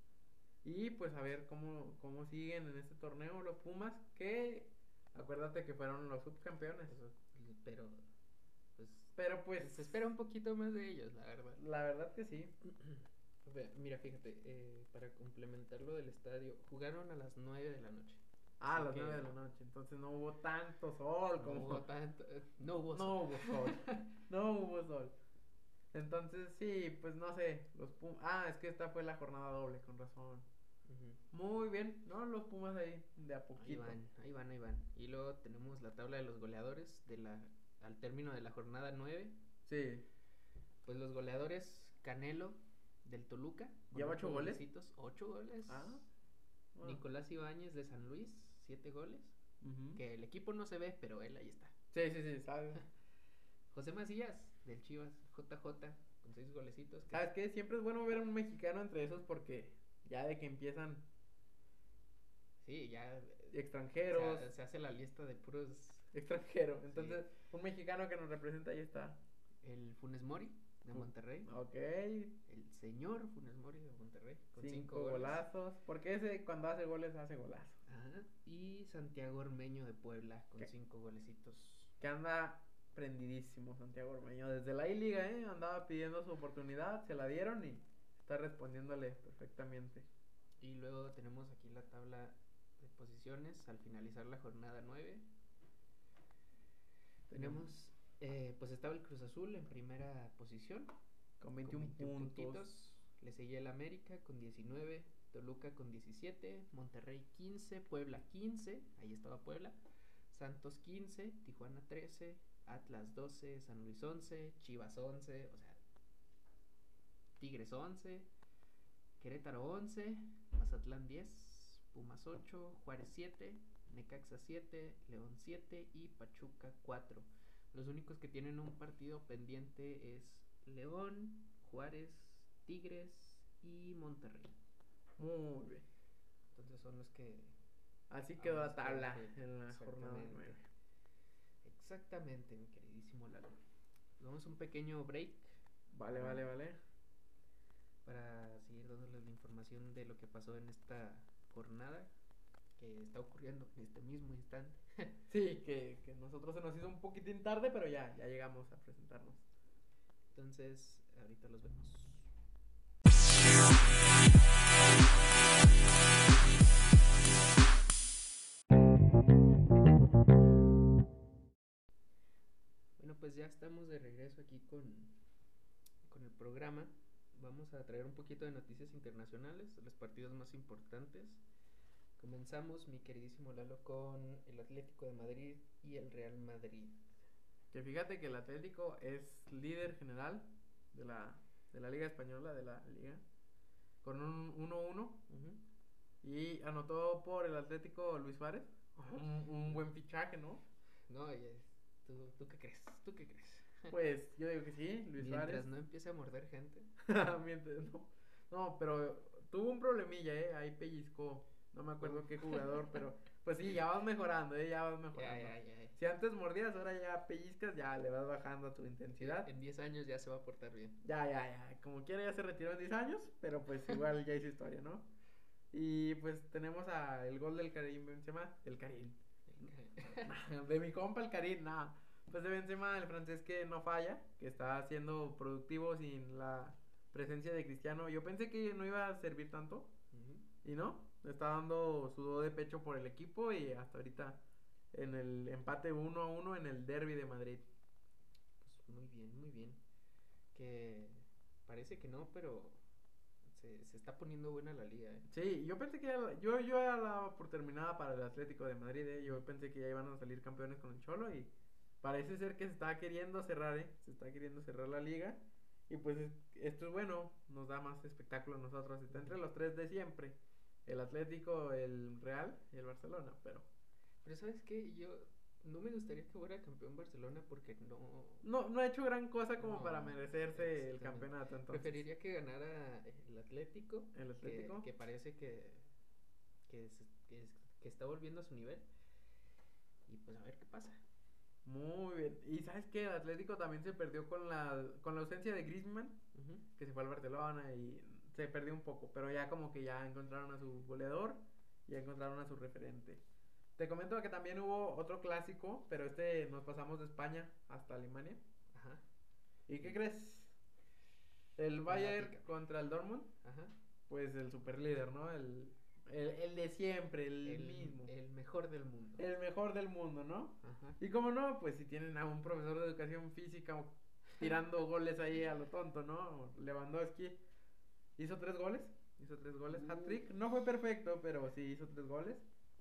Y pues a ver cómo, cómo siguen en este torneo los Pumas, que acuérdate que fueron los subcampeones. Eso, pero, pues, Pero pues, se espera un poquito más de ellos, la verdad. la verdad que sí. Ve, mira, fíjate, eh, para complementar lo del estadio, jugaron a las nueve de la noche. Ah, a Así las que nueve de la noche, entonces no hubo tanto sol no como... hubo tanto, eh, no hubo sol. No hubo sol, no hubo sol. Entonces sí, pues no sé, los Pumas... Ah, es que esta fue la jornada doble, con razón. Ujú. Muy bien, ¿no? Los Pumas ahí, de a Ahí poquito. van, ahí van, ahí van. Y luego tenemos la tabla de los goleadores de la, al término de la jornada nueve. Sí. Pues los goleadores, Canelo del Toluca, con ¿Lleva ocho ocho goles? golecitos, ocho goles. Ah, bueno. Nicolás Ibáñez de San Luis, siete goles. Ujú. Que el equipo no se ve, pero él ahí está. Sí, sí, sí, ¿sabes? José Macías del Chivas, J J, con seis golecitos. Que ¿Sabes qué? Siempre es bueno ver a un mexicano entre esos porque ya de que empiezan sí, ya extranjeros, se, se hace la lista de puros. extranjeros. Entonces, Sí. un mexicano que nos representa ahí está. El Funes Mori de Monterrey. Ok. El señor Funes Mori de Monterrey, con cinco, Cinco goles. golazos. Porque ese cuando hace goles hace golazo. Ajá. Y Santiago Ormeño de Puebla, con ¿Qué? cinco golecitos. Que anda prendidísimo Santiago Ormeño. Desde la I-Liga, ¿eh? Andaba pidiendo su oportunidad, se la dieron y está respondiéndole perfectamente. Y luego tenemos aquí la tabla de posiciones al finalizar la jornada nueve. Tenemos, eh, pues estaba el Cruz Azul en primera posición. Con veintiún, con veintiún puntos. puntitos. Le seguía el América con diecinueve. Toluca con diecisiete. Monterrey quince. Puebla quince. Ahí estaba Puebla. Santos quince. Tijuana trece. Atlas doce. San Luis once. Chivas once. O sea, Tigres once. Querétaro once. Mazatlán diez. Pumas ocho. Juárez siete. Necaxa siete. León siete. Y Pachuca cuatro. Los únicos que tienen un partido pendiente es León, Juárez, Tigres y Monterrey. Muy bien. Entonces son los que... Así quedó la tabla que... en la jornada nueve. Exactamente, mi queridísimo Lalo. Vamos a un pequeño break. Vale, para, vale, vale. Para seguir dándoles la información de lo que pasó en esta jornada que está ocurriendo en este mismo instante. Sí, que, que nosotros se nos hizo un poquitín tarde, pero ya, ya llegamos a presentarnos. Entonces, ahorita los vemos. Bueno, pues ya estamos de regreso aquí con, con el programa. Vamos a traer un poquito de noticias internacionales, los partidos más importantes. Comenzamos, mi queridísimo Lalo, con el Atlético de Madrid y el Real Madrid. Que fíjate que el Atlético es líder general de la, de la Liga Española, de la Liga, con un uno uno. Uh-huh. Y anotó por el Atlético Luis Suárez. Un, un buen fichaje, ¿no? No, ¿tú, ¿tú qué crees? ¿Tú qué crees? Pues yo digo que sí, Luis Mientras Suárez. Mientras no empiece a morder gente. Mientras no. No, pero tuvo un problemilla, ¿eh? Ahí pellizcó. No me acuerdo uh. qué jugador, pero pues sí, ya vas mejorando, ¿eh? Ya vas mejorando. Ya, ya, ya, ya. Si antes mordías, ahora ya pellizcas, ya le vas bajando tu intensidad. En diez años ya se va a portar bien. Ya, ya, ya. Como quiera ya se retiró en diez años, pero pues igual ya hizo historia, ¿no? Y pues tenemos a el gol del Karim Benzema, del Karim. De mi compa el Karim, nada. Pues de Benzema, el francés que no falla, que está siendo productivo sin la presencia de Cristiano. Yo pensé que no iba a servir tanto. Uh-huh. Y no, está dando sudor de pecho por el equipo y hasta ahorita en el empate uno a uno en el derbi de Madrid. Pues muy bien, muy bien. Que parece que no, pero se, se está poniendo buena la liga, ¿eh? Sí, yo pensé que ya, yo, yo ya la daba por terminada para el Atlético de Madrid, ¿eh? Yo pensé que ya iban a salir campeones con el Cholo y parece ser que se está queriendo cerrar, ¿eh? Se está queriendo cerrar la liga. Y pues es- esto es bueno, nos da más espectáculo a nosotros. Está entre los tres de siempre. El Atlético, el Real y el Barcelona, pero Pero ¿sabes qué? Yo no me gustaría que fuera campeón Barcelona porque no... no, no ha hecho gran cosa como para No, merecerse el exactamente. campeonato, entonces. Preferiría que ganara el Atlético, El que, Atlético. que parece que, que, es- que, es- que está volviendo a su nivel. Y pues a ver qué pasa. Muy bien. Y sabes que el Atlético también se perdió con la, con la ausencia de Griezmann, Ujú. que se fue al Barcelona y se perdió un poco, pero ya como que ya encontraron a su goleador, ya encontraron a su referente. Te comento que también hubo otro clásico, pero este nos pasamos de España hasta Alemania. Ajá. ¿Y qué crees? El Venga, Bayern platícame. contra el Dortmund, Ajá. pues el super líder, ¿no? El, el, el de siempre, el, El, mismo. el mejor del mundo. El mejor del mundo, ¿no? Ajá. Y como no, pues si tienen a un profesor de educación física tirando goles ahí a lo tonto, ¿no? Lewandowski hizo tres goles, hizo tres goles, Uh. hat-trick. No fue perfecto, pero sí hizo tres goles.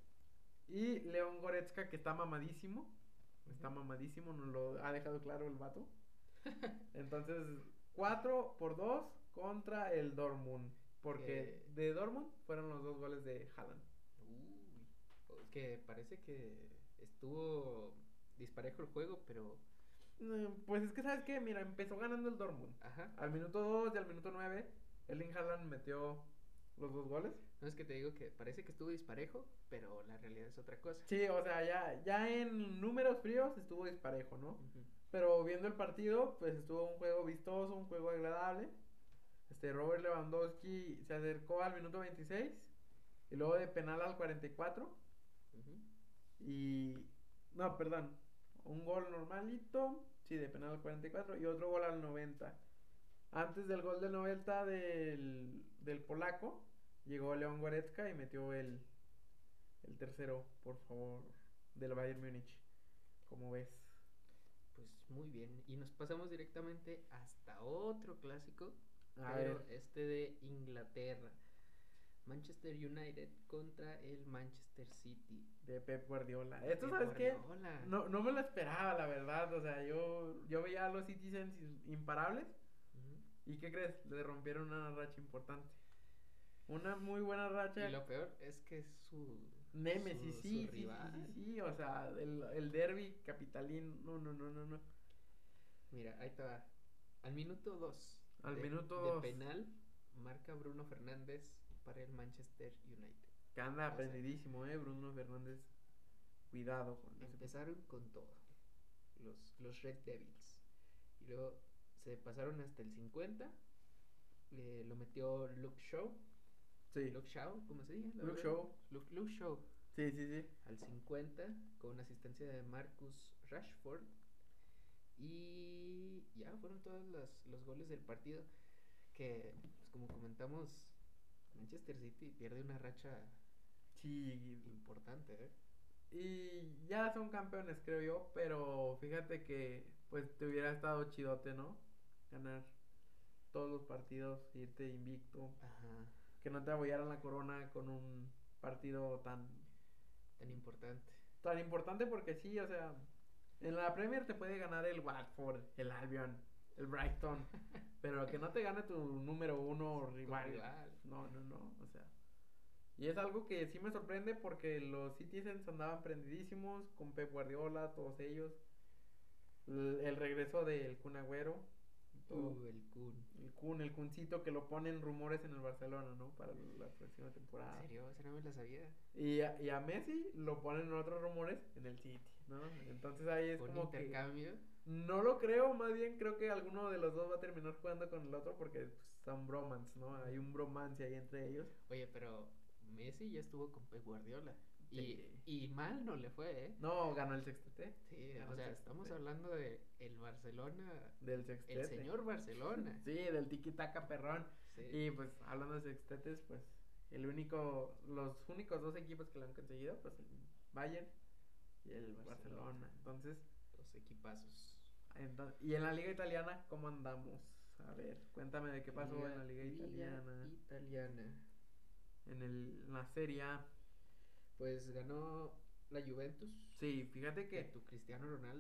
Y León Goretzka, que está mamadísimo, está Ujú. mamadísimo, nos lo ha dejado claro el vato. Entonces, cuatro por dos contra el Dortmund. Porque Que... de Dortmund fueron los dos goles de Haaland. Uy. O- Que parece que estuvo disparejo el juego, pero... Mm, Pues es que, ¿sabes qué? Mira, empezó ganando el Dortmund. Ajá. Al minuto dos y al minuto nueve, Erling Haaland metió los dos goles. No es que te digo que parece que estuvo disparejo, pero la realidad es otra cosa. Sí, o sea, ya, ya en números fríos estuvo disparejo, ¿no? Ujú. Pero viendo el partido, pues estuvo un juego vistoso, un juego agradable. Este Robert Lewandowski se acercó al minuto veintiséis y luego de penal al cuarenta y cuatro. Ujú. Y. No, perdón. Un gol normalito. Sí, de penal al cuarenta y cuatro. Y otro gol al noventa. Antes del gol del noventa del, del polaco, llegó León Goretzka y metió el, el tercero, por favor, del Bayern Múnich. ¿Cómo ves? Pues muy bien. Y nos pasamos directamente hasta otro clásico, A pero ver, este de Inglaterra. Manchester United contra el Manchester City. de Pep Guardiola. Esto, Pep ¿sabes qué? Guardiola. No, no me lo esperaba, la verdad. O sea, yo, yo veía a los Citizens imparables. Ujú. ¿Y qué crees? Le rompieron una racha importante. Una muy buena racha. Y lo peor es que es su, Nemesis, su, sí, su sí, sí, rival. sí, sí. O sea, el, el derby capitalino. No, no, no, no, no. Mira, ahí te va. Al minuto dos Al de, minuto de dos. penal marca Bruno Fernández para el Manchester United. Que anda O sea, aprendidísimo, eh, Bruno Fernández. Cuidado con ese. empezaron con todo. Los, los Red Devils. Y luego se pasaron hasta el cincuenta. Eh, lo metió Luke Shaw. Sí. Luke Shaw, ¿cómo se dice? la Luke verdad? Shaw. Luke, Luke Shaw. Sí, sí, sí. Al cincuenta con asistencia de Marcus Rashford. Y ya fueron todos los, los goles del partido. Que, pues como comentamos, Manchester City pierde una racha Sí. importante, ¿eh? Y ya son campeones, creo yo. Pero fíjate que, pues, te hubiera estado chidote, ¿no? Ganar todos los partidos, irte invicto. Ajá. Que no te abollaran la corona con un partido tan Tan importante. tan importante porque sí, o sea, en la Premier te puede ganar el Watford, el Albion, el Brighton, pero que no te gane tu número uno Tu rival. rival. No, no, no, o sea. Y es algo que sí me sorprende porque los Citizens andaban prendidísimos con Pep Guardiola, todos ellos. El, el regreso del Kun Agüero, todo. Uh, el Kun. El Kun, el Kuncito que lo ponen rumores en el Barcelona, ¿no? Para la próxima temporada. ¿En serio? Esa no me la sabía. Y a, y a Messi lo ponen en otros rumores en el City, ¿no? Entonces ahí es Un como intercambio. que no lo creo, más bien creo que alguno de los dos va a terminar jugando con el otro porque pues, son bromance, ¿no? Hay un bromance ahí entre ellos. Oye, pero Messi ya estuvo con Pep Guardiola. Y, Sí. y mal no le fue, ¿eh? No, ganó el sextete. Sí, Ganó o el sea, sextete. estamos hablando de el Barcelona, Del sextete. el señor Barcelona. Sí, del tiki-taka perrón. Sí. Y pues hablando de sextetes, pues el único, los únicos dos equipos que lo han conseguido, pues el Bayern y el Barcelona. Barcelona. Entonces, Los equipazos. ento- y en la liga italiana, ¿cómo andamos? A ver, cuéntame de qué pasó Liga- en la liga Liga italiana. italiana. En el, en la Serie A. Pues ganó la Juventus. Sí, fíjate De que tu Cristiano Ronaldo.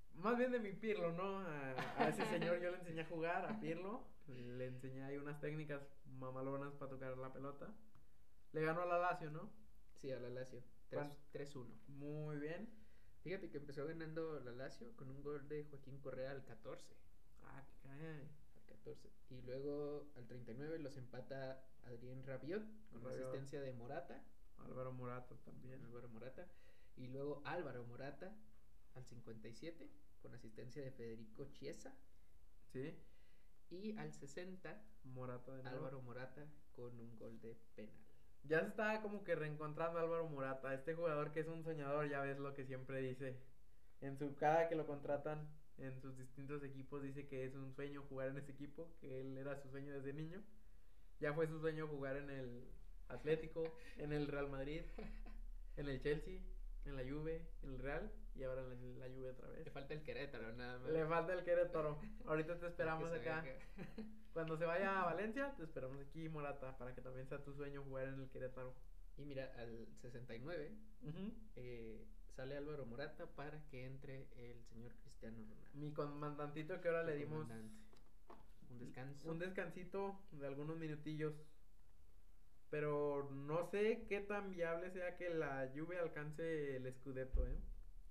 más bien de mi Pirlo, ¿no? A, a ese señor yo le enseñé a jugar, a Pirlo. Le enseñé ahí unas técnicas mamalonas para tocar la pelota. Le ganó a la Lazio, ¿no? Sí, a la Lazio. tres uno. Muy bien. Fíjate que empezó ganando la Lazio con un gol de Joaquín Correa al catorce. Ah, qué caray. Al catorce. Y luego al treinta y nueve los empata Adrien Rabiot con Rabiot. asistencia de Morata. Álvaro Morata también. Álvaro Morata. Y luego Álvaro Morata al cincuenta y siete con asistencia de Federico Chiesa. Sí. Y al sesenta Morata de nuevo. Álvaro Morata con un gol de penal. Ya se está como que reencontrando Álvaro Morata, este jugador que es un soñador, ya ves lo que siempre dice. En su cada que lo contratan en sus distintos equipos dice que es un sueño jugar en ese equipo, que él era su sueño desde niño. Ya fue su sueño jugar en el Atlético, en el Real Madrid, en el Chelsea, en la Juve, en el Real y ahora en la Juve otra vez. Le falta el Querétaro nada más. Le falta el Querétaro. Ahorita te esperamos acá. Cuando se vaya a Valencia, te esperamos aquí, Morata, para que también sea tu sueño jugar en el Querétaro. Y mira, al sesenta y nueve uh-huh. eh, sale Álvaro Morata para que entre el señor Cristiano Ronaldo. Mi comandantito que ahora Mi le dimos un descanso. Un descansito de algunos minutillos. Pero no sé qué tan viable sea que la Juve alcance el Scudetto, ¿eh?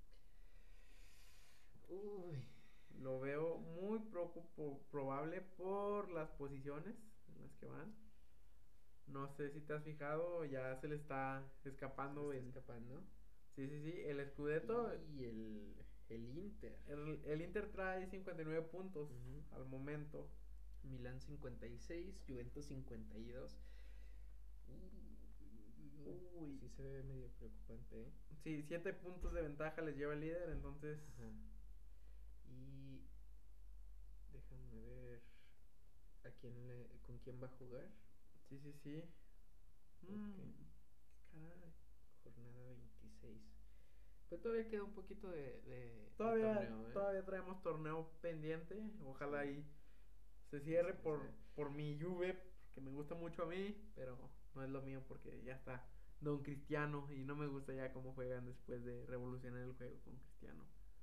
Uy. Lo veo muy pro- pro- probable por las posiciones en las que van. No sé si te has fijado, ya se le está escapando. Se está el... escapando. Sí, sí, sí, el Scudetto. Y el, el Inter. El, el Inter trae cincuenta y nueve puntos uh-huh. al momento. Milán cincuenta y seis, Juventus cincuenta y dos. Uy, sí se ve medio preocupante, ¿eh? Sí, siete puntos de ventaja les lleva el líder, entonces... Ajá. Y... déjame ver... ¿A quién le... ¿Con quién va a jugar? Sí, sí, sí. Okay. Mm, caray. Jornada veintiséis. Pero todavía queda un poquito de, de, todavía, de torneo, ¿eh? Todavía traemos torneo pendiente. Ojalá sí. ahí se cierre sí, por, sí. por mi Juve, que me gusta mucho a mí, pero no es lo mío porque ya está Don Cristiano y no me gusta ya cómo juegan después de revolucionar el juego con Cristiano.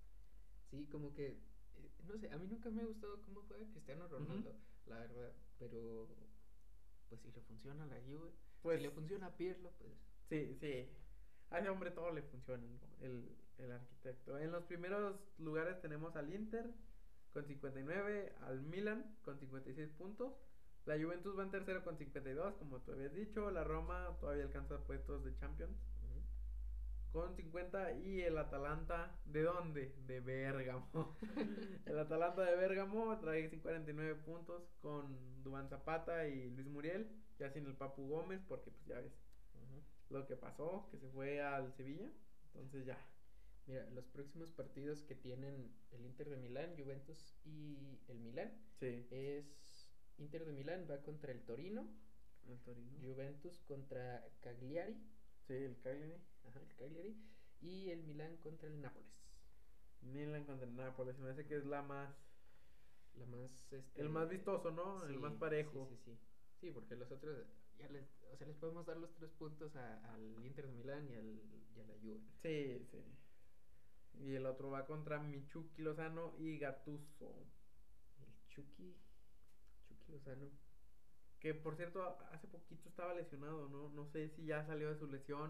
Sí, como que, eh, no sé, a mí nunca me ha gustado cómo juega Cristiano Ronaldo, uh-huh. la verdad, pero pues si le funciona a la Juve, pues, si le funciona a Pirlo, pues... Sí, sí, a ese hombre todo le funciona, el, el arquitecto. En los primeros lugares tenemos al Inter con cincuenta y nueve, al Milan con cincuenta y seis puntos. La Juventus va en tercero con cincuenta y dos, como tú habías dicho. La Roma todavía alcanza puestos de Champions uh-huh. con cincuenta. Y el Atalanta, ¿de dónde? De Bérgamo. El Atalanta de Bérgamo trae cuarenta y nueve puntos con Duván Zapata y Luis Muriel. Ya sin el Papu Gómez, porque pues ya ves uh-huh. lo que pasó, que se fue al Sevilla. Entonces ya. Mira, los próximos partidos que tienen el Inter de Milán, Juventus y el Milán sí. es... Inter de Milán va contra el Torino. El Torino. Juventus contra Cagliari. Sí, el Cagliari. Ajá, el Cagliari. Y el Milán contra el Nápoles. Milan contra el Nápoles. Me parece que es la más... La más... Este... El más vistoso, ¿no? Sí, el más parejo. Sí, sí, sí. Sí, porque los otros... Ya les, o sea, les podemos dar los tres puntos a, al Inter de Milán y, al, y a la Juve. Sí, sí. Y el otro va contra Michuki Lozano y Gattuso. El Chucky... Lozano. Que por cierto, hace poquito estaba lesionado, ¿no? No sé si ya salió de su lesión.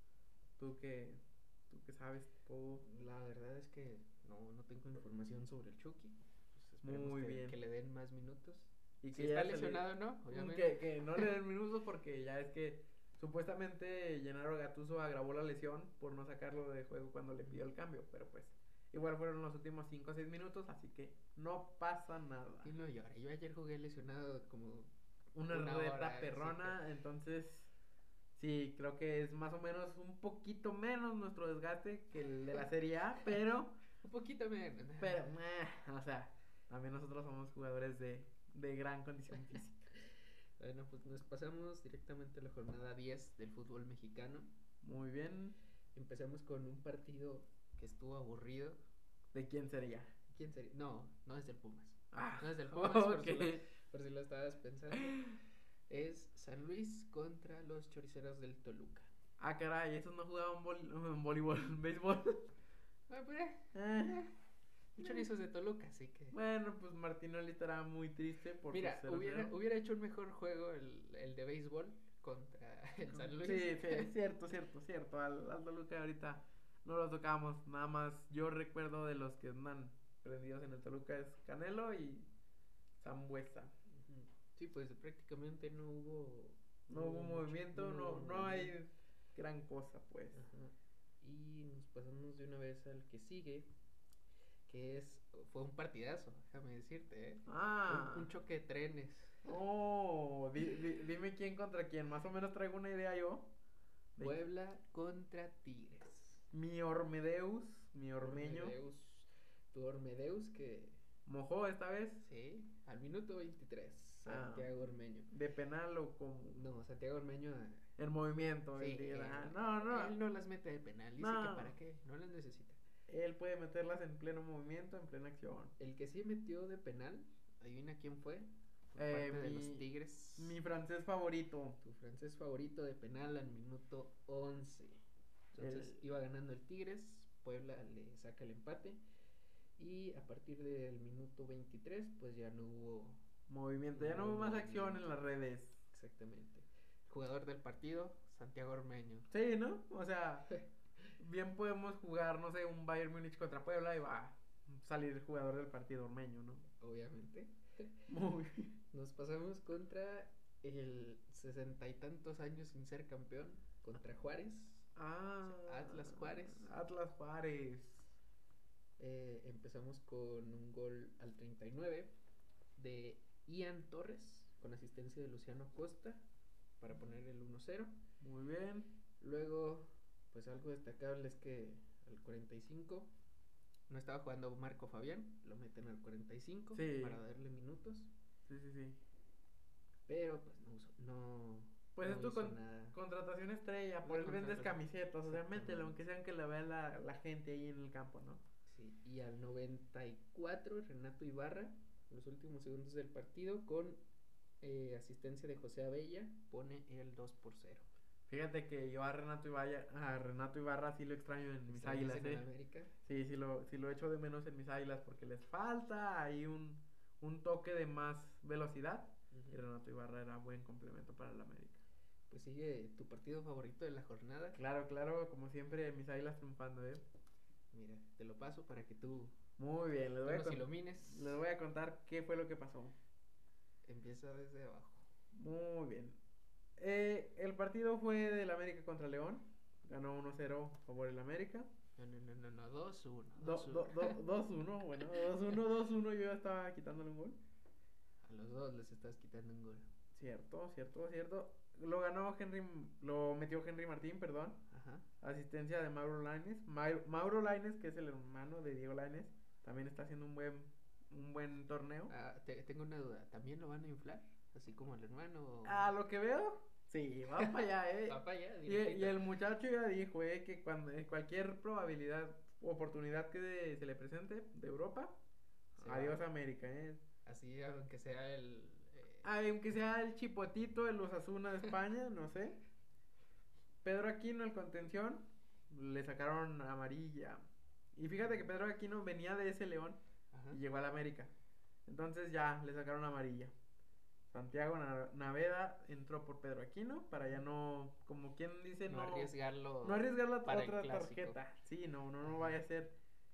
Tú que, tú que sabes todo. La verdad es que no, no tengo información sobre el Chucky. Pues Muy que, bien. Que le den más minutos. Y que si está lesionado, ¿no? Obviamente. Que, que no le den minutos porque ya es que supuestamente Gennaro Gattuso agravó la lesión por no sacarlo de juego cuando le pidió el cambio, pero pues igual fueron los últimos cinco o seis minutos, así que no pasa nada. Y no llora. Yo ayer jugué lesionado como una, una reta hora, perrona, sí, que... entonces sí, creo que es más o menos un poquito menos nuestro desgaste que el de la Serie A, pero un poquito menos. Pero, eh, o sea, también nosotros somos jugadores de, de gran condición física. Bueno, pues nos pasamos directamente a la jornada diez del fútbol mexicano. Muy bien. Empezamos con un partido que estuvo aburrido. ¿De quién sería? ¿Quién sería? No, no es del Pumas. Ah, no es del Pumas, okay. por, si lo, por si lo estabas pensando. Es San Luis contra los Choriceros del Toluca. Ah, caray, esos no jugaban boli- voleibol, béisbol. Ah, pues, eh. El chorizo es de Toluca, así que. Bueno, pues Martinoli estará muy triste por Mira, su cero hubiera, cero. hubiera hecho un mejor juego el, el de béisbol contra el San Luis. Sí, sí, cierto, cierto, cierto. Al, al Toluca ahorita no lo tocamos. Nada más yo recuerdo de los que andan prendidos en el Toluca es Canelo y Sambuesa. Ujú. Sí, pues prácticamente no hubo. No hubo mucho- movimiento, no, hubo no hay movimiento. gran cosa, pues. Ajá. Y nos pasamos de una vez al que sigue, que es, fue un partidazo, déjame decirte, ¿eh? Ah, Un, un choque de trenes. oh, di- di- dime quién contra quién. Más o menos traigo una idea yo. De Puebla contra Tigres. mi Ormedeus, mi ormeño, Ormedeus, tu Ormedeus que, mojó esta vez. sí, al minuto veintitrés, Ah, Santiago Ormeño. de penal o como No, Santiago Ormeño, eh, el movimiento. sí, el de- ah, él, no, no. él no las mete de penal, dice No. que para qué, no las necesita. Él puede meterlas en pleno movimiento, en plena acción. El que sí metió de penal, adivina quién fue, por Eh, parte de mi- los Tigres. Mi francés favorito. Tu francés favorito de penal al minuto once. Entonces El- iba ganando el Tigres, Puebla le saca el empate y a partir del minuto veintitrés pues ya no hubo Movimiento. Ya no hubo más acción en las redes. exactamente. El jugador del partido, Santiago Ormeño. Sí, ¿no? O sea, bien podemos jugar, no sé, un Bayern Múnich contra Puebla y va a salir el jugador del partido ormeño, ¿no? Obviamente. Muy Nos pasamos contra el sesenta y tantos años sin ser campeón, contra Juárez. Ah, Atlas Juárez. Atlas Juárez. Eh, empezamos con un gol al treinta y nueve de Ian Torres con asistencia de Luciano Costa para poner el uno cero. Muy bien. Luego, pues algo destacable es que al cuarenta y cinco no estaba jugando Marco Fabián, lo meten al cuarenta y cinco Sí. para darle minutos, Sí, sí, sí. pero pues no usó- no Pues no es tu hizo con- nada. contratación estrella, La por él vendes contratación. camisetas, o sea, mételo, Exactamente. aunque sean que la vea la, la gente ahí en el campo, ¿no? Sí, y al noventa y cuatro Renato Ibarra, en los últimos segundos del partido, con eh, asistencia de José Abella, pone el dos por cero. Fíjate que yo a Renato Ibarra, a Renato Ibarra sí lo extraño en mis ¿Extrañas águilas, en eh. el América? Sí, sí lo, sí lo echo de menos en mis águilas porque les falta ahí un, un toque de más velocidad. Ujú. Y Renato Ibarra era buen complemento para el América. Pues sigue tu partido favorito de la jornada. Claro, claro, como siempre, mis águilas triunfando, ¿eh? Mira, te lo paso para que tú, Muy bien, les tú voy, a nos con- ilumines. les voy a contar qué fue lo que pasó. Empieza desde abajo. Muy bien. Eh, el partido fue del América contra León. Ganó uno cero a favor el América. No, no, no, no, no, dos uno. Do- do- do- dos uno, bueno, dos uno, dos uno, yo ya estaba quitándole un gol. A los dos les estás quitando un gol. Cierto, cierto, cierto. Lo ganó Henry, lo metió Henry Martín, perdón. Ajá. Asistencia de Mauro Lainez. Mai- Mauro Lainez, que es el hermano de Diego Lainez, también está haciendo un buen, un buen torneo. Ah, te- tengo una duda. ¿También lo van a inflar? Así como el hermano. o- A lo que veo, sí, va para allá, eh. Va para allá, Y, directito. y el muchacho ya dijo, eh, que cuando eh, cualquier probabilidad, oportunidad que de- se le presente de Europa, Se adiós va. América, eh. Así, aunque sea el. eh, Aunque sea el chipotito de los Osasuna de España, no sé. Pedro Aquino, el contención, le sacaron amarilla. Y fíjate que Pedro Aquino venía de ese León Ajá. y llegó al América. Entonces ya le sacaron amarilla. Santiago Na- Naveda entró por Pedro Aquino para ya no, como quien dice, no, no, arriesgarlo. no arriesgar la para el otra clásico. tarjeta. Sí, no, no, no Ajá. vaya a ser.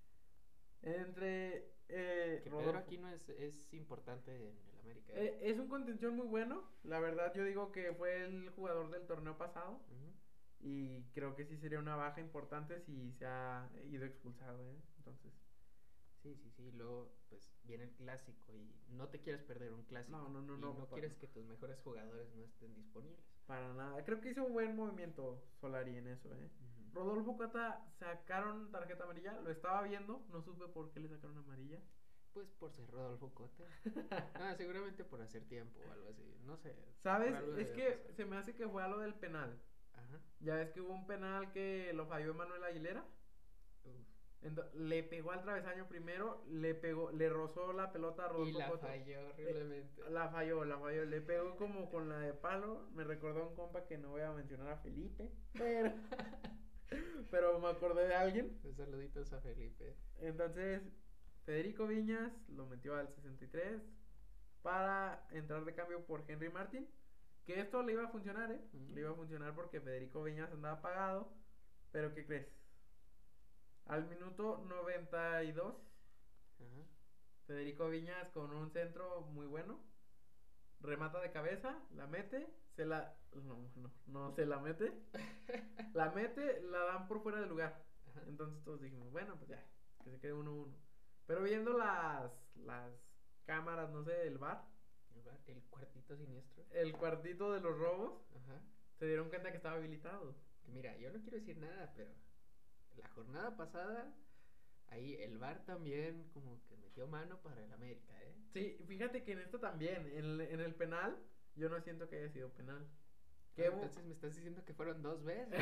Entre eh, Que Rodolfo- Pedro Aquino es, es importante en el América. Eh, es un contención muy bueno. La verdad, yo digo que fue el jugador del torneo pasado. Ujú. Y creo que sí sería una baja importante si se ha ido expulsado, ¿eh? Entonces, Sí, sí, sí. Luego, pues viene el clásico y no te quieres perder un clásico. No, no, no, y no, no pa- quieres que tus mejores jugadores no estén disponibles. para nada. Creo que hizo un buen movimiento Solari en eso, ¿eh? Ujú. Rodolfo Cota sacaron tarjeta amarilla. Lo estaba viendo. No supe por qué le sacaron amarilla. Pues por ser Rodolfo Cota. Ah, seguramente por hacer tiempo o algo así. No sé. ¿Sabes? por algo Es debe que pasar. se me hace que fue a lo del penal. Ajá. Ya ves que hubo un penal que lo falló Emanuel Aguilera. Uf. Ento- le pegó al travesaño primero, le pegó, le rozó la pelota a Rodolfo Y la Cota. falló horriblemente. La falló, la falló, le pegó como con la de palo. Me recordó a un compa que no voy a mencionar a Felipe, pero, pero me acordé de alguien. Saluditos a Felipe. Entonces, Federico Viñas lo metió al sesenta y tres para entrar de cambio por Henry Martin. Que esto le iba a funcionar, ¿eh? Ujú. Le iba a funcionar porque Federico Viñas andaba apagado. Pero ¿qué crees? Al minuto noventa y dos, Ajá. Federico Viñas con un centro muy bueno. Remata de cabeza, la mete, se la... No, no, no se la mete. La mete, la dan por fuera del lugar. Ajá. Entonces todos dijimos, bueno, pues ya, que se quede uno uno. Pero viendo las, las cámaras, no sé, del bar, El, bar- el cuartito siniestro. el cuartito de los robos, Ajá. se dieron cuenta que estaba habilitado. Que mira, yo no quiero decir nada, pero la jornada pasada, ahí el V A R también como que metió mano para el América, ¿eh? Sí, fíjate que en esto también, en, el- en el penal, yo no siento que haya sido penal. Ah, ¿Qué bu- entonces me estás diciendo que fueron dos veces.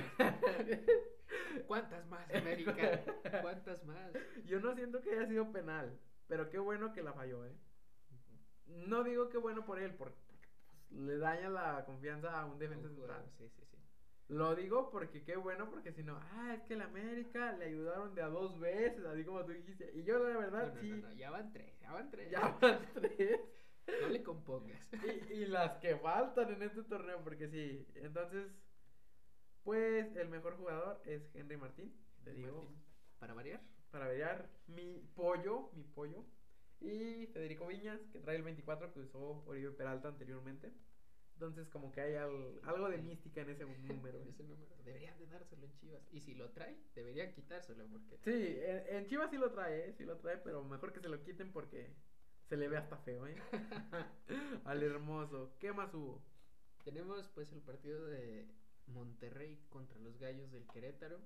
¿Cuántas más, América? ¿Cuántas más? Yo no siento que haya sido penal, pero qué bueno que la falló, ¿eh? No digo que bueno por él, porque, porque, pues, le daña la confianza a un defensa Un central. jugador, sí, sí, sí. Lo digo porque qué bueno, porque si no, ah, es que el América le ayudaron de a dos veces, así como tú dijiste. Y yo la No, verdad no, sí, no, no, ya van tres, ya van tres. ya van tres. No le compongas. Y, y las que faltan en este torneo, porque sí. Entonces, pues el mejor jugador es Henry Martín, te digo, Martín, para variar. para variar, mi pollo, mi pollo. Y Federico Viñas, que trae el veinticuatro que usó Oribe Peralta anteriormente. Entonces, como que hay al- algo de mística en ese número. En ese número. Deberían de dárselo en Chivas. Y si lo trae, deberían quitárselo porque... Sí, en, en Chivas sí lo trae, ¿eh? Sí lo trae, pero mejor que se lo quiten porque se le ve hasta feo, ¿eh? Al hermoso. ¿Qué más hubo? Tenemos pues el partido de Monterrey contra los Gallos del Querétaro.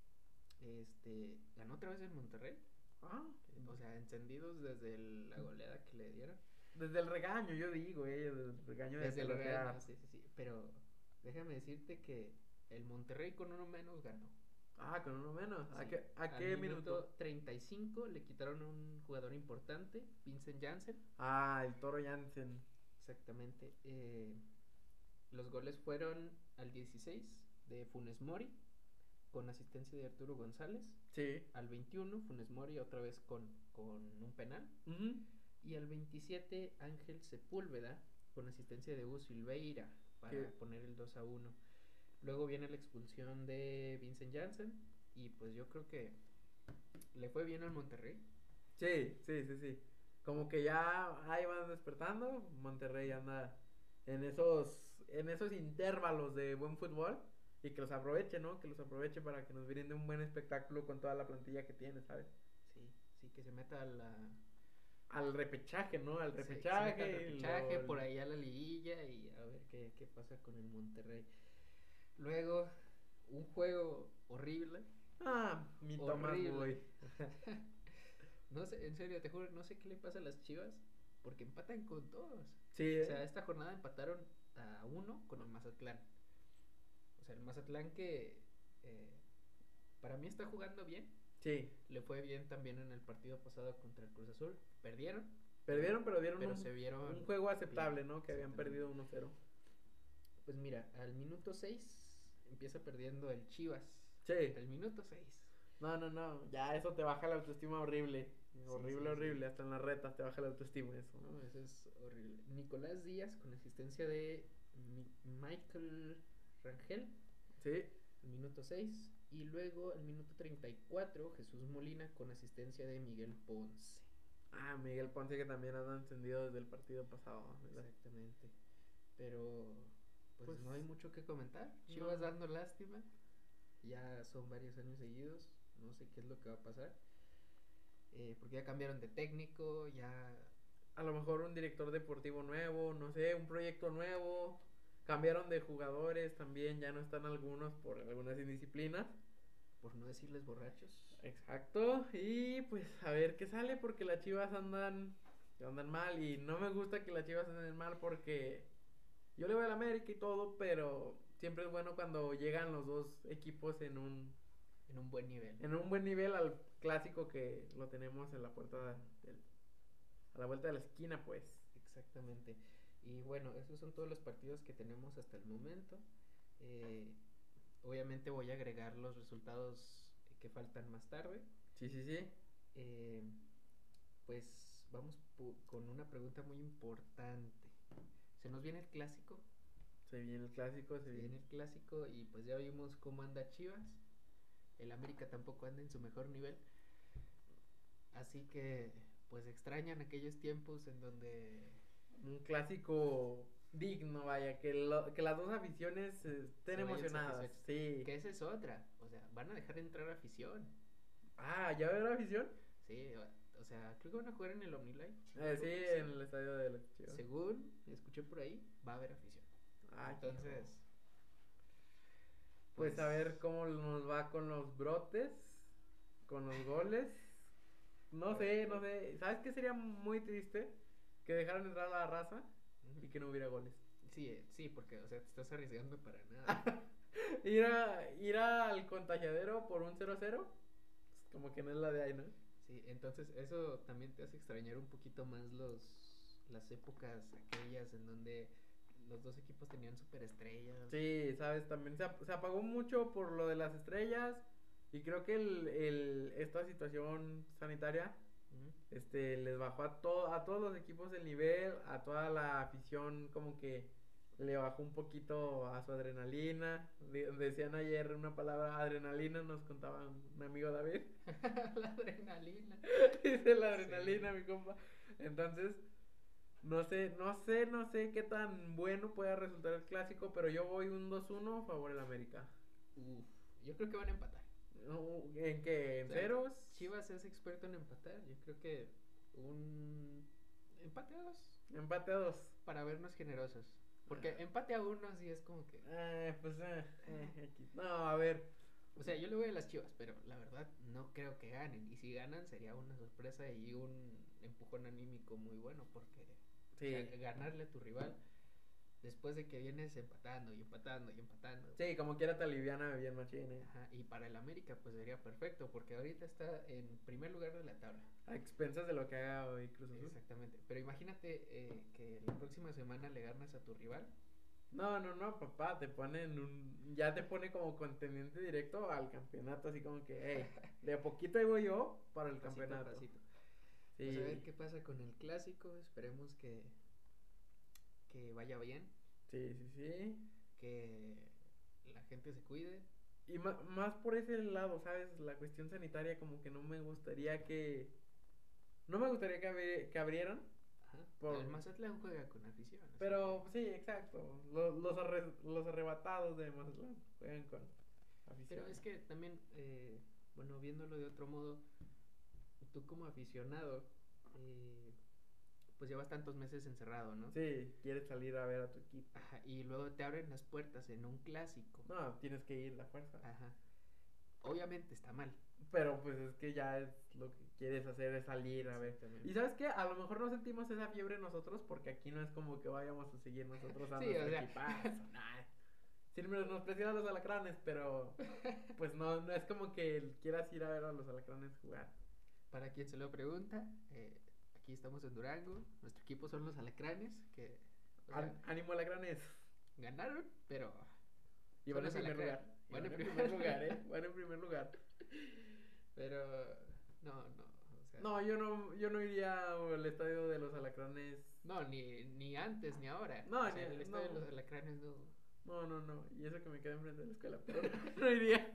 Este, ganó otra vez el Monterrey. Ah, O sea, encendidos desde el- la goleada que le dieron. desde el regaño, yo digo, ¿eh? Desde el regaño de Desde el pelotear. Real, sí, sí, sí. Pero déjame decirte que el Monterrey con uno menos ganó. Ah, con uno menos. ¿A Sí. qué, a Al qué minuto minuto? treinta y cinco le quitaron a un jugador importante, Vincent Janssen. Ah, el Toro Jansen. Exactamente. Eh, los goles fueron al dieciséis de Funes Mori, con asistencia de Arturo González. Sí. Al veintiuno, Funes Mori otra vez con, con un penal. Ujú. Y al veintisiete, Ángel Sepúlveda, con asistencia de Hugo Silveira, para ¿Qué? poner el dos a uno. Luego viene la expulsión de Vincent Janssen. Y pues yo creo que le fue bien al Monterrey. Sí, sí, sí, sí. Como que ya ahí van despertando. Monterrey anda en esos, en esos intervalos de buen fútbol. Y que los aproveche, ¿no? Que los aproveche para que nos brinde un buen espectáculo con toda la plantilla que tiene, ¿sabes? Sí, sí, que se meta a la... Al repechaje, ¿no? Al se- se repechaje. meta al y repechaje, lo- por ahí a la liguilla y a ver qué, qué pasa con el Monterrey. Luego, un juego horrible. Ah, mi Tomás Horrible. Boy. No sé, en serio, te juro, no sé qué le pasa a las Chivas, porque empatan con todos. Sí, O ¿eh? sea, esta jornada empataron a uno con el Mazatlán. O sea, el Mazatlán que eh, para mí está jugando bien. Sí. Le fue bien también en el partido pasado contra el Cruz Azul. Perdieron, Perdieron, pero dieron pero un, se vieron un juego aceptable, bien, ¿no? Que habían exactamente. perdido uno cero. Pues mira, al minuto seis empieza perdiendo el Chivas. Sí. Al minuto seis. No, no, no. Ya eso te baja la autoestima horrible. Horrible, sí, horrible. sí. Hasta en las retas te baja la autoestima eso. No, eso es horrible. Nicolás Díaz con asistencia de Mi- Michael Rangel. Sí. Al minuto seis. Y luego al minuto treinta y cuatro, Jesús Molina con asistencia de Miguel Ponce. Ah, Miguel Ponce que también anda encendido desde el partido pasado, ¿verdad? Exactamente. Pero pues, Pues, no hay mucho que comentar. Chivas no. dando lástima. Ya son varios años seguidos. No sé qué es lo que va a pasar. Eh, porque ya cambiaron de técnico. Ya. A lo mejor un director deportivo nuevo, no sé, un proyecto nuevo. Cambiaron de jugadores también, ya no están algunos por algunas indisciplinas. Por no decirles borrachos. Exacto. Y pues a ver qué sale porque las Chivas andan andan mal y no me gusta que las Chivas anden mal porque yo le voy al América y todo, pero siempre es bueno cuando llegan los dos equipos en un En un buen nivel. en un buen nivel al clásico que lo tenemos en la puerta del, a la vuelta de la esquina, pues. Exactamente. Y bueno, esos son todos los partidos que tenemos hasta el momento. Eh, obviamente voy a agregar los resultados que faltan más tarde. Sí, sí, sí. Eh, pues vamos pu- con una pregunta muy importante. Se nos viene el clásico. Se viene el clásico, se Se viene. viene el clásico y pues ya vimos cómo anda Chivas. El América tampoco anda en su mejor nivel. Así que pues extrañan aquellos tiempos en donde Un clásico digno, vaya, que, lo, que las dos aficiones eh, estén se vayan emocionadas. satisfechos. Sí. Que esa es otra. O sea, van a dejar entrar afición. Ah, ¿ya va a haber afición? Sí, o sea, creo que van a jugar en el OmniLife. Si no me Eh, sí, equivoco, en el estadio de los Chivas. según escuché por ahí, va a haber afición. Ah, Entonces, pues, pues a ver cómo nos va con los brotes, con los goles. No sé, no sé. ¿Sabes qué sería muy triste? Que dejaran entrar a la raza y que no hubiera goles. sí, eh, sí, porque, o sea, te estás arriesgando para nada. ir, a, ir al contagiadero por un cero cero, pues, como que no es la de ahí, ¿no? Sí, entonces eso también te hace extrañar un poquito más los las épocas aquellas en donde los dos equipos tenían superestrellas. Sí, sabes, también se, ap- se apagó mucho por lo de las estrellas y creo que el, el, esta situación sanitaria Ujú. este, les bajó a, to a todos los equipos el nivel, a toda la afición como que le bajó un poquito a su adrenalina. De- decían ayer una palabra adrenalina, nos contaba un amigo David. La adrenalina. Dice la Sí. adrenalina, mi compa. Entonces, no sé, no sé, no sé qué tan bueno pueda resultar el clásico, pero yo voy un dos uno favor el América. Uf, yo creo que van a empatar. Uh, ¿En qué? O ¿En sea, ceros? Chivas es experto en empatar. Yo creo que un empate a dos Empate a dos. para vernos generosos. Porque Ah. empate a uno sí es como que. Eh, pues, eh, eh, X. No, a ver. O sea, yo le voy a las Chivas, pero la verdad no creo que ganen. Y si ganan sería una sorpresa y un empujón anímico muy bueno porque o sea, Sí. ganarle a tu rival después de que vienes empatando y empatando y empatando. Sí, como quiera te aliviana bien machín, eh. Ajá, y para el América pues sería perfecto porque ahorita está en primer lugar de la tabla. A expensas de lo que haga hoy Cruz Azul. Exactamente. Pero imagínate eh, que la próxima semana le ganas a tu rival. No, no, no, papá, te ponen un... Ya te pone como contendiente directo al campeonato, así como que, hey, de a poquito ahí voy yo para el Pasito a campeonato. pasito. Sí. Pues a ver qué pasa con el clásico. Esperemos que, que vaya bien. Sí, sí, sí. Que la gente se cuide. Y ma- más por ese lado, ¿sabes? La cuestión sanitaria como que no me gustaría que... No me gustaría que, abri- que abrieran. Ajá. Por... El Mazatlán juega con afición. así Pero sí, exacto. Los, los, arre- los arrebatados de Mazatlán juegan con que- afición. Pero es que también, eh, bueno, viéndolo de otro modo, tú como aficionado, eh, pues llevas tantos meses encerrado, ¿no? Sí, quieres salir a ver a tu equipo. Ajá, y luego te abren las puertas en un clásico. No, tienes que ir la fuerza. Ajá. Obviamente está mal. Pero pues es que ya es lo que quieres hacer es salir a ver. Exactamente. Y sabes qué, a lo mejor no sentimos esa fiebre nosotros porque aquí no es como que vayamos a seguir nosotros a Sí, nuestro o sea. equipazo, nah. Sin menospreciar a los alacranes, pero pues no, no es como que quieras ir a ver a los alacranes jugar. Para quien se lo pregunta, eh, aquí estamos en Durango. Nuestro equipo son los Alacranes, que o sea, Án- ánimo alacranes. ganaron, pero Y son van en los primer lugar. Alacranes. Y Van van en en primer primer lugar, eh. Van en primer lugar. Pero no, no, o sea, No, yo no, yo no iría al estadio de los alacranes. no, ni, ni antes ni ahora. No, o sea, ni- el estadio no. de los Alacranes no. No, no, no. Y eso que me queda enfrente de la escuela, pero no iría.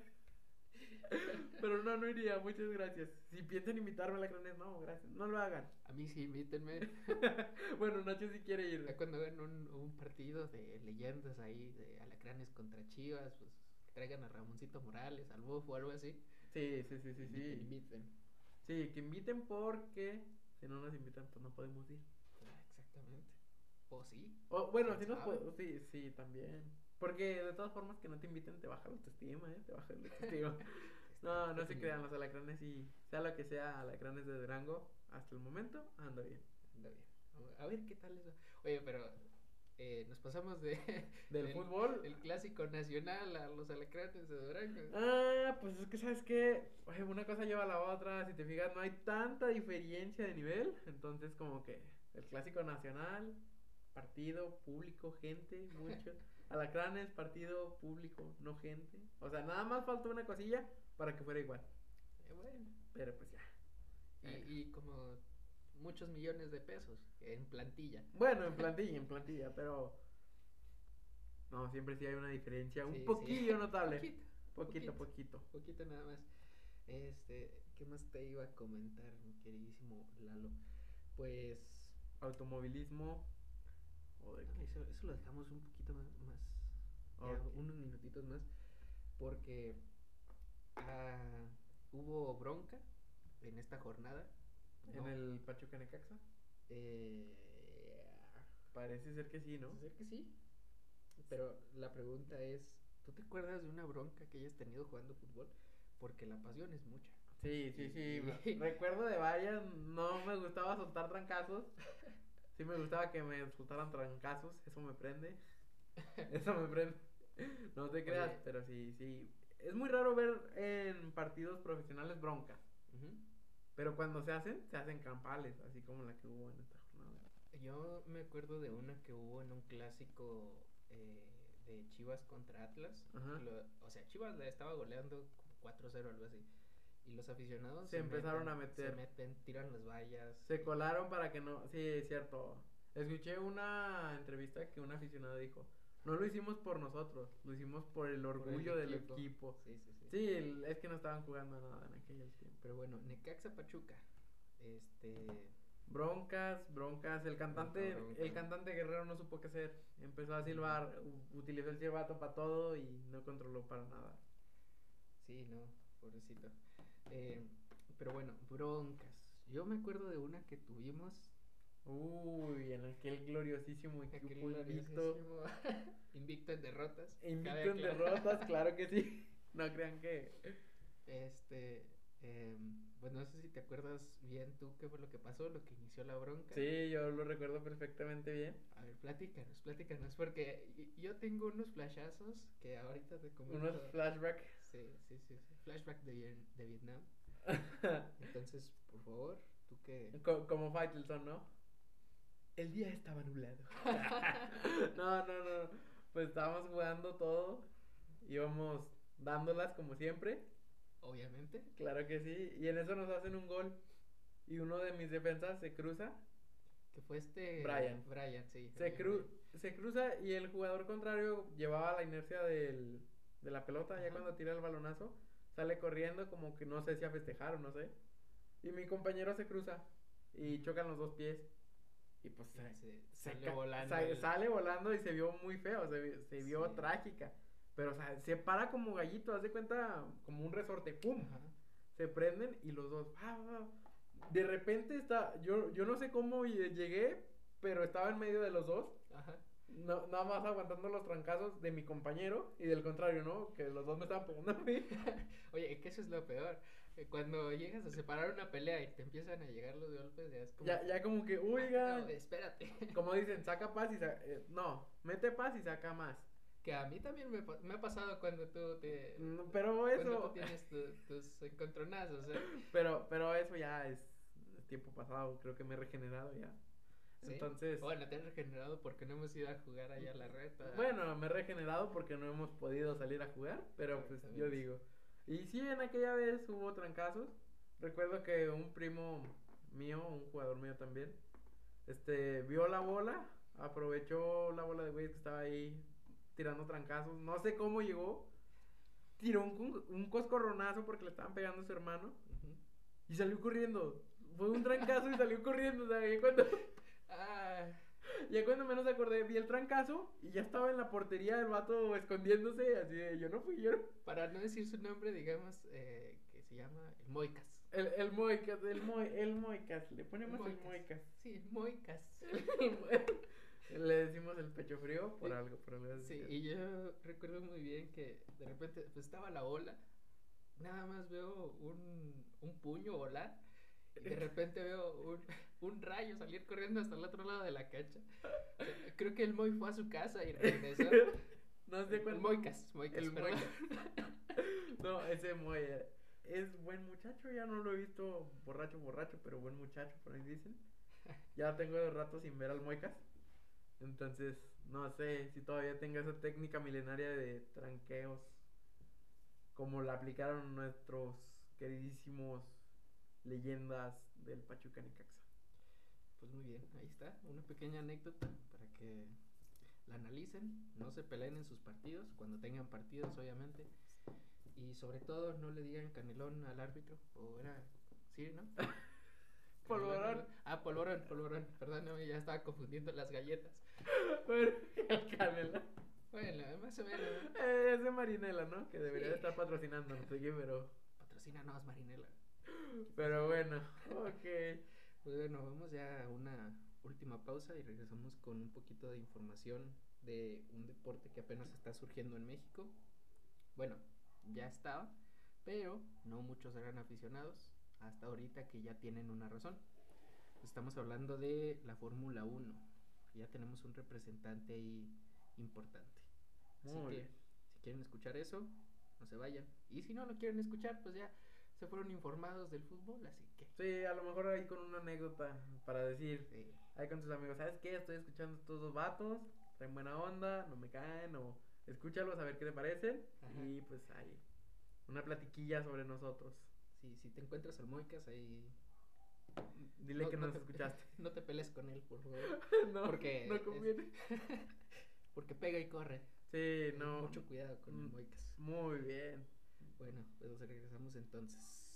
Pero no, no iría, muchas gracias. Si piensan invitarme a la Alacranes, no, gracias. No lo hagan. A mí sí, invítenme. Bueno, Nacho sí quiere ir. Ya cuando hagan un, un partido de leyendas ahí, de Alacranes contra Chivas, pues traigan a Ramoncito Morales, al Bufo o algo así. Sí, sí, sí, sí, Inviten, sí. inviten. Sí, que inviten porque si no nos invitan, pues no podemos ir. Ah, exactamente. O sí. O, bueno, ¿Quién si nos sabe? podemos, sí, sí, también. Porque de todas formas que no te inviten te baja la autoestima, ¿eh? Te baja la autoestima. No, no se crean, los alacranes y sea lo que sea, alacranes de Durango, hasta el momento anda bien. Anda bien. A ver qué tal eso. Oye, pero eh, nos pasamos de Del fútbol. el clásico nacional a los Alacranes de Durango. Ah, pues es que sabes que una cosa lleva a la otra, si te fijas no hay tanta diferencia de nivel, entonces como que el clásico nacional, partido, público, gente, mucho, alacranes, partido, público, no gente, o sea, nada más faltó una cosilla para que fuera igual, Eh, bueno. pero pues ya. Y, y como muchos millones de pesos en plantilla. Bueno, en plantilla, en plantilla, pero no, siempre sí hay una diferencia, un Sí, poquillo sí. notable. Poquito, Poquito, poquito. Poquito nada más. Este, ¿qué más te iba a comentar, mi queridísimo Lalo? Pues, Automovilismo o de no, qué. eso, eso lo dejamos un poquito más, más ya, Ok. unos minutitos más, porque ah, hubo bronca en esta jornada. En No, el Pachuca Necaxa. eh, Parece ser que sí, ¿no? Parece ser que sí, pero la pregunta es, ¿tú te acuerdas de una bronca que hayas tenido jugando fútbol? Porque la pasión es mucha. Sí, sí, sí. Y- me- Recuerdo de varias, no me gustaba soltar trancazos. Sí me gustaba que me soltaran trancazos, eso me prende. Eso me prende. No te creas, Oye, pero sí, sí. Es muy raro ver en partidos profesionales broncas. ujú. Pero cuando se hacen, se hacen campales, así como la que hubo en esta jornada. Yo me acuerdo de una que hubo en un clásico eh, de Chivas contra Atlas. Ajá. Lo- o sea, Chivas la estaba goleando como cuatro cero, algo así. Y los aficionados Se empezaron meten, a meter. se meten, tiran las vallas. Se colaron para que no. Sí, es cierto. Escuché una entrevista que un aficionado dijo: No lo hicimos por nosotros, lo hicimos por el por el orgullo del equipo. equipo. Sí, sí, sí. Sí, el- es que no estaban jugando nada en aquellos tiempos. Pero bueno, Necaxa Pachuca. Este. Broncas, broncas. El cantante, Bronca, bronca. el cantante Guerrero no supo qué hacer. Empezó a silbar, u- utilizó el silbato para todo y no controló para nada. Sí, no, pobrecito. Eh, pero bueno, broncas. Yo me acuerdo de una que tuvimos. Uy, en aquel gloriosísimo Aquel equipo invicto. gloriosísimo invicto en derrotas. Invicto cabe en aclarar. derrotas, claro que sí. No crean que. Este, em, pues no sé si te acuerdas bien tú qué fue lo que pasó, lo que inició la bronca. Sí, yo lo recuerdo perfectamente bien. A ver, platícanos, platícanos, porque y- yo tengo unos flashazos que ahorita te comento. Unos flashbacks. Sí, sí, sí, sí, flashback de, Viet- de Vietnam. Entonces, por favor, tú que... Co- como Faitelson, ¿no? El día estaba nublado. No, no, no. Pues estábamos jugando todo. Íbamos dándolas como siempre. Obviamente. Claro que sí. Y en eso nos hacen un gol. Y uno de mis defensas se cruza. Que fue este... Brian. Brian, sí. Se, el- cru se cruza y el jugador contrario llevaba la inercia del, de la pelota. Ya Ajá. cuando tira el balonazo, sale corriendo como que no sé si a festejar o no sé. Y mi compañero se cruza y chocan los dos pies. Y pues y se, se- se sale ca- volando. sa- el- sale volando y se vio muy feo, se, vi- se vio Sí. trágica. Pero, o sea, se para como gallito, haz de cuenta, como un resorte, ¡pum! Ajá. Se prenden y los dos, ¡ah, ah! De repente está, yo, yo no sé cómo lle- llegué, pero estaba en medio de los dos. Ajá. No, nada más aguantando los trancazos de mi compañero y del contrario, ¿no? Que los dos me estaban pegando a mí. Oye, que eso es lo peor. eh, Cuando llegas a separar una pelea y te empiezan a llegar los golpes, ya es como. Ya, ya como que, "Ah, oigan, no, espérate. como dicen, saca paz y saca, eh, no, mete paz y saca más. Que a mí también me, pa- me ha pasado cuando tú te. Mm, Pero Cuando eso, tú tienes tu- tus encontronazos, ¿eh? pero, pero eso ya es, es tiempo pasado, creo que me he regenerado ya. ¿Sí? Entonces, Bueno, te has regenerado porque no hemos ido a jugar allá a la reta. bueno, me he regenerado porque no hemos podido salir a jugar, pero pues yo Exactamente. digo. Y sí, en aquella vez hubo trancazos. Recuerdo que un primo mío, un jugador mío también, este, vio la bola, aprovechó la bola de güeyes que estaba ahí tirando trancazos. No sé cómo llegó, tiró un, cun- un coscorronazo porque le estaban pegando a su hermano Ujú. y salió corriendo. Fue un trancazo y salió corriendo, o sea, ya cuando, Ah, ya cuando menos acordé, vi el trancazo y ya estaba en la portería el vato escondiéndose, así de, yo no fui, yo no. para no decir su nombre, digamos eh, que se llama el Moicas. El, el Moicas, el, Moi, el Moicas, le ponemos el Moicas. Sí, el Moicas. Le decimos el pecho frío por Sí. algo, por algo así. Sí, y yo recuerdo muy bien que de repente pues estaba la ola, nada más veo un, un puño volar y de repente veo un, un rayo salir corriendo hasta el otro lado de la cancha. Eh, Creo que el Moy fue a su casa y regresó. No sé cuál. El Moicas, Moicas, El perdón. Moicas. No, ese Moy eh, es buen muchacho, ya no lo he visto borracho, borracho, pero buen muchacho, por ahí dicen. Ya tengo rato sin ver al Moicas. Entonces, no sé si todavía tenga esa técnica milenaria de tranqueos como la aplicaron nuestros queridísimos leyendas del Pachuca Necaxa. pues muy bien, ahí está, una pequeña anécdota para que la analicen, no se peleen en sus partidos, cuando tengan partidos obviamente, y sobre todo no le digan canelón al árbitro, o era, sí, ¿no? Polvorón. Ah, polvorón, polvorón, perdóname, ya estaba confundiendo las galletas. Bueno, el canela. Bueno, más o menos. Eh, es de Marinela, ¿no? Que debería Sí. de estar patrocinando, no sé qué, pero... Patrocínanos, Marinela. Pero bueno, ok. Pues bueno, vamos ya a una última pausa y regresamos con un poquito de información de un deporte que apenas está surgiendo en México. Bueno, ya estaba, pero no muchos eran aficionados hasta ahorita que ya tienen una razón. Estamos hablando de la Fórmula uno. Ya tenemos un representante ahí importante. Así Muy que bien. si quieren escuchar eso, no se vayan. Y si no lo quieren escuchar, pues ya se fueron informados del fútbol, así que... Sí, a lo mejor ahí con una anécdota para decir, Sí. ahí con tus amigos, ¿sabes qué? Estoy escuchando estos dos vatos, traen buena onda, no me caen, o escúchalos a ver qué te parecen. Ajá. Y pues ahí, una platiquilla sobre nosotros. Sí, si te encuentras al Moicas ahí... Dile no, que no nos te, escuchaste. No te pelees con él, por favor. No, Porque no conviene. es- porque pega y corre. Sí, Eh, no. Mucho cuidado con el mm, Moicas. Muy bien. Bueno, pues regresamos entonces.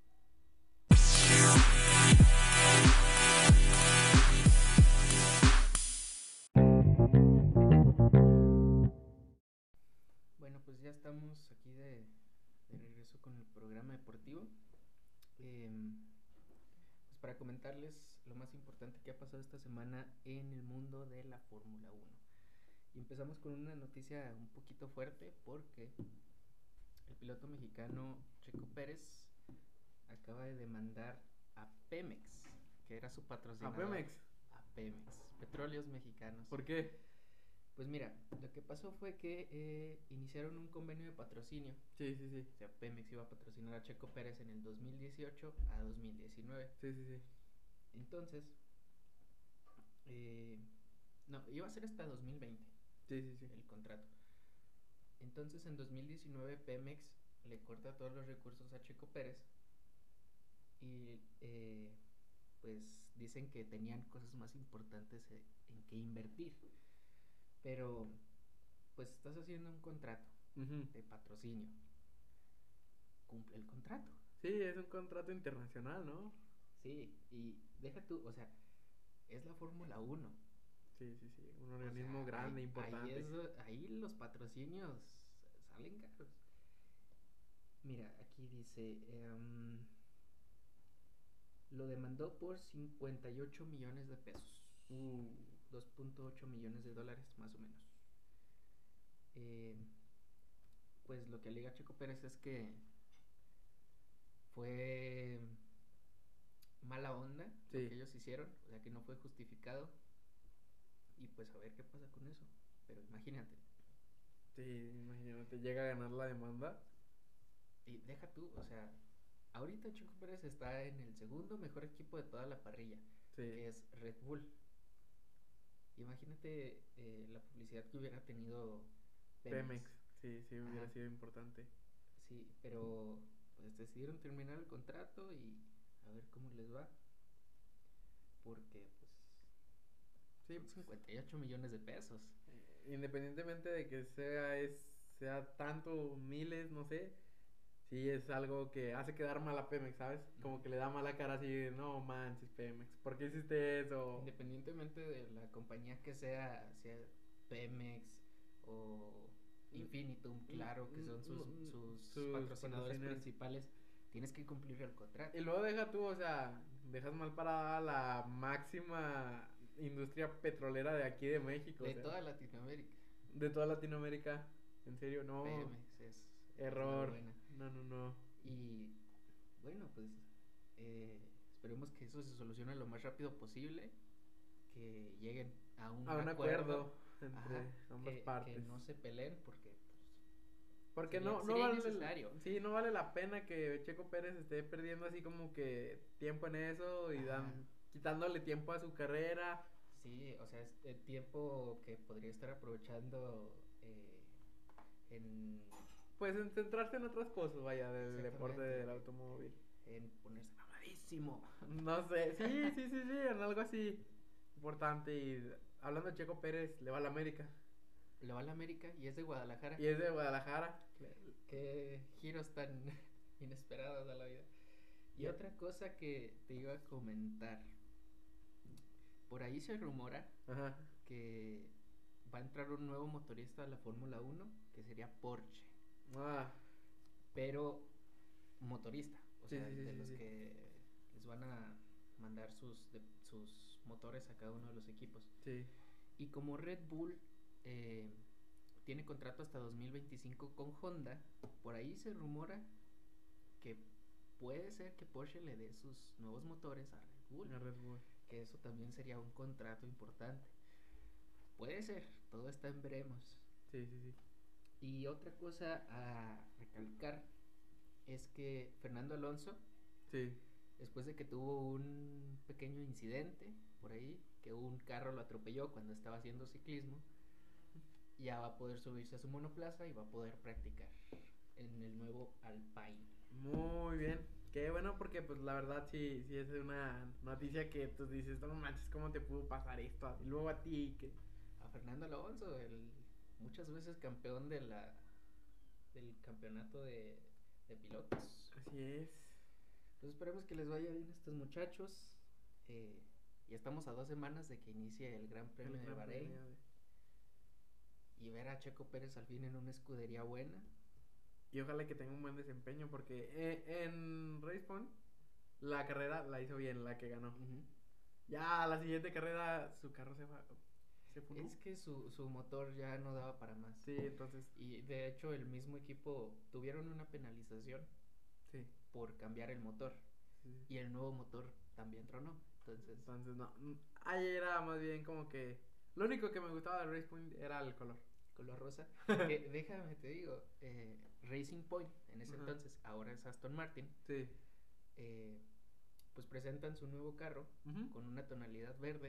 Bueno, pues ya estamos aquí de, de regreso con el programa deportivo. Eh, pues para comentarles lo más importante que ha pasado esta semana en el mundo de la Fórmula uno. Y empezamos con una noticia un poquito fuerte porque el piloto mexicano Checo Pérez acaba de demandar a Pemex, que era su ¿A patrocinador. Pemex? A Pemex, Petróleos Mexicanos. ¿Por qué? Pues mira, lo que pasó fue que eh, iniciaron un convenio de patrocinio. Sí, sí, sí. O sea, Pemex iba a patrocinar a Checo Pérez en el dos mil dieciocho a dos mil diecinueve. Sí, sí, sí. Entonces, eh, no, iba a ser hasta dos mil veinte Sí, sí, sí. el contrato. Entonces, en dos mil diecinueve Pemex le corta todos los recursos a Checo Pérez y eh, pues dicen que tenían cosas más importantes eh, en que invertir. Pero pues estás haciendo un contrato Ujú. de patrocinio. Cumple el contrato. Sí, es un contrato internacional, ¿no? Sí, y deja tú, o sea, es la Fórmula uno. Sí, sí, sí. Un O organismo sea, grande, ahí, importante. Ahí, es, ahí los patrocinios salen caros. Mira, aquí dice, um, lo demandó por cincuenta y ocho millones de pesos. Uh. dos punto ocho millones de dólares, más o menos. Eh, pues lo que alega Checo Pérez es que fue mala onda Sí. lo que ellos hicieron, o sea que no fue justificado. Y pues a ver qué pasa con eso. Pero imagínate. Sí, imagínate, llega a ganar la demanda. Y deja tú, o sea, ahorita Checo Pérez está en el segundo mejor equipo de toda la parrilla, Sí. que es Red Bull. Imagínate eh, la publicidad que hubiera tenido Pemex. Pemex. Sí, sí, hubiera Ajá. sido importante. Sí, pero pues decidieron terminar el contrato y a ver cómo les va. Porque pues Sí, son cincuenta y ocho millones de pesos. eh, independientemente de que sea es sea tanto, miles, no sé, sí es algo que hace quedar mal a Pemex, ¿sabes? Como que le da mala cara así de, no manches, Pemex, ¿por qué hiciste eso? Independientemente de la compañía que sea, sea Pemex o Infinitum, claro, que son sus, Mm, sus, sus patrocinadores patrocinadores. principales, tienes que cumplir el contrato. Y luego deja tú, o sea, dejas mal parada la máxima industria petrolera de aquí de México. De o sea, toda Latinoamérica. de toda Latinoamérica. En serio, no. Pemex es, Error. es la buena. No, no, no. Y bueno, pues eh, esperemos que eso se solucione lo más rápido posible, que lleguen a un, A un acuerdo, acuerdo entre ajá, ambas que, partes. que no se peleen porque pues, Porque sería, no, no sería vale, innecesario. sí, no vale la pena que Checo Pérez esté perdiendo así como que tiempo en eso y Ajá. dan, quitándole tiempo a su carrera. Sí, o sea, es el tiempo que podría estar aprovechando eh, en, Pues en centrarse en otras cosas, vaya, del deporte exactamente, del automóvil. en ponerse mamadísimo. No sé, sí, sí, sí, sí, en algo así. importante. Y hablando de Checo Pérez, le va a la América. Le va a la América y es de Guadalajara. Y es de Guadalajara. Qué giros tan inesperados a la vida. Y yeah. Otra cosa que te iba a comentar. Por ahí se rumora Ajá. que va a entrar un nuevo motorista a la Fórmula uno, que sería Porsche. Ah. Pero motorista, o sí, sea, sí, de sí, los sí. que les van a mandar sus, de, sus motores a cada uno de los equipos. Sí. Y como Red Bull eh, tiene contrato hasta dos mil veinticinco con Honda, por ahí se rumora que puede ser que Porsche le dé sus nuevos motores a Red Bull. A Red Bull. Que eso también sería un contrato importante. Puede ser, todo está en veremos. Sí, sí, sí. Y otra cosa a recalcar es que Fernando Alonso, sí. después de que tuvo un pequeño incidente por ahí, que un carro lo atropelló cuando estaba haciendo ciclismo, ya va a poder subirse a su monoplaza y va a poder practicar en el nuevo Alpine. Muy bien. Qué bueno, porque pues la verdad sí, sí es una noticia que tú dices, no manches, ¿cómo te pudo pasar esto? Y luego a ti, que... A Fernando Alonso, el muchas veces campeón de la del campeonato de, de pilotos. Así es. Pues esperemos que les vaya bien a estos muchachos. Eh, ya estamos a dos semanas de que inicie el Gran Premio el de gran Bahrein. Premio de... Y ver a Checo Pérez al fin en una escudería buena. Y ojalá que tenga un buen desempeño, porque eh, en Race Point la carrera la hizo bien, la que ganó. Uh-huh. Ya la siguiente carrera su carro se va, se fue. Es que su, su motor ya no daba para más. Sí, entonces. Y de hecho el mismo equipo tuvieron una penalización sí. por cambiar el motor. Sí. Y el nuevo motor también tronó. Entonces, entonces no. Ahí era más bien como que lo único que me gustaba de Race Point era el color. Color rosa. Que déjame te digo, eh, Racing Point en ese uh-huh. entonces, ahora es Aston Martin. Sí. Eh, pues presentan su nuevo carro uh-huh. con una tonalidad verde.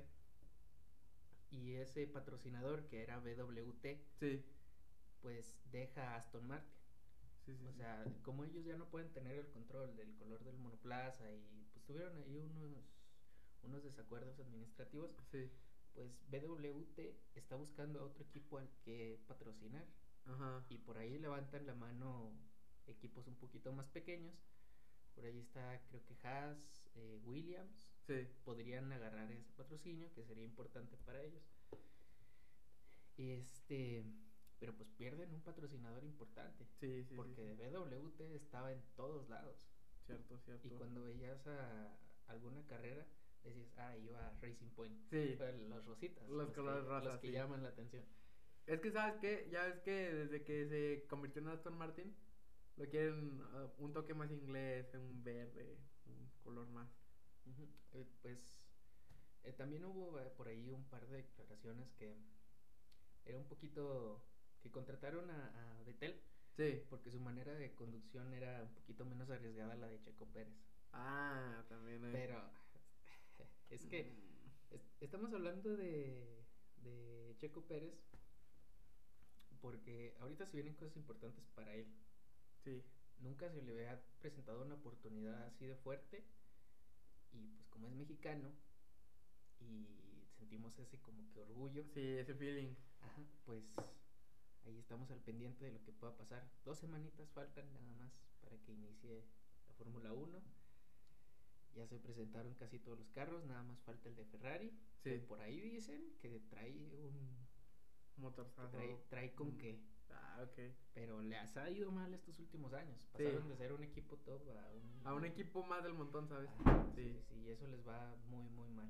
Y ese patrocinador que era B W T, sí. pues deja a Aston Martin. Sí, sí, o sí. sea, como ellos ya no pueden tener el control del color del monoplaza y pues tuvieron ahí unos unos desacuerdos administrativos. Sí. Pues B W T está buscando a otro equipo al que patrocinar. Ajá. Y por ahí levantan la mano equipos un poquito más pequeños. Por ahí está, creo que Haas, eh, Williams. Sí. Podrían agarrar ese patrocinio, que sería importante para ellos. Este, pero pues pierden un patrocinador importante. Sí, sí. Porque sí, sí. B W T estaba en todos lados. Cierto, cierto. Y cuando veías a alguna carrera, decías, ah, iba a Racing Point. Sí. Los rositas. Los, los colores que, rosas. Los que sí. llaman la atención. Es que, ¿sabes qué? Ya ves que desde que se convirtió en Aston Martin, lo quieren uh, un toque más inglés, un verde, un color más. Uh-huh. Eh, pues eh, también hubo eh, por ahí un par de declaraciones que era un poquito que contrataron a, a Vettel. Sí. Porque su manera de conducción era un poquito menos arriesgada a la de Checo Pérez. Ah, también es. Pero es que mm. es, estamos hablando de, de Checo Pérez porque ahorita se vienen cosas importantes para él. Sí. Nunca se le había presentado una oportunidad así de fuerte. Y pues como es mexicano y sentimos ese como que orgullo. Sí, ese feeling. Ajá, pues ahí estamos al pendiente de lo que pueda pasar. Dos semanitas faltan nada más para que inicie la Fórmula uno. Ya se presentaron casi todos los carros, nada más falta el de Ferrari. Sí. Que por ahí dicen que trae un motor. Trae, trae con mm. qué. Ah, ok. Pero les ha ido mal estos últimos años. Pasaron sí. de ser un equipo top a un... A un equipo más del montón, ¿sabes? Ah, sí. sí, sí, y eso les va muy, muy mal.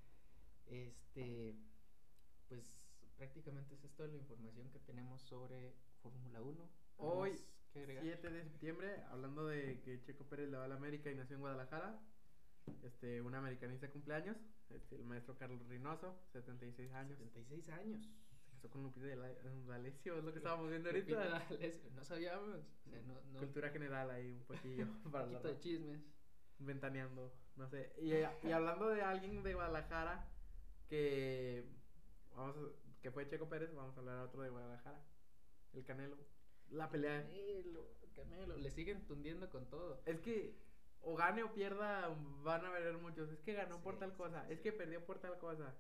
Este, pues prácticamente esa es toda la información que tenemos sobre Fórmula uno. Hoy, siete de septiembre, hablando de que Checo Pérez le va a la América y nació en Guadalajara, este, un americanista cumpleaños, este, el maestro Carlos Reynoso, setenta y seis años. setenta y seis años. Con Lupita D'Alessio, es lo que estábamos viendo ahorita. No sabíamos. O sea, no, no. Cultura general ahí, un poquillo. Para un poquito de chismes. Ventaneando, no sé. Y, y hablando de alguien de Guadalajara que vamos a, que fue Checo Pérez, vamos a hablar otro de Guadalajara. El Canelo. La pelea. Canelo, Canelo. Le siguen tundiendo con todo. Es que o gane o pierda, van a ver muchos. Es que ganó sí, por tal cosa. Sí, es sí. que perdió por tal cosa.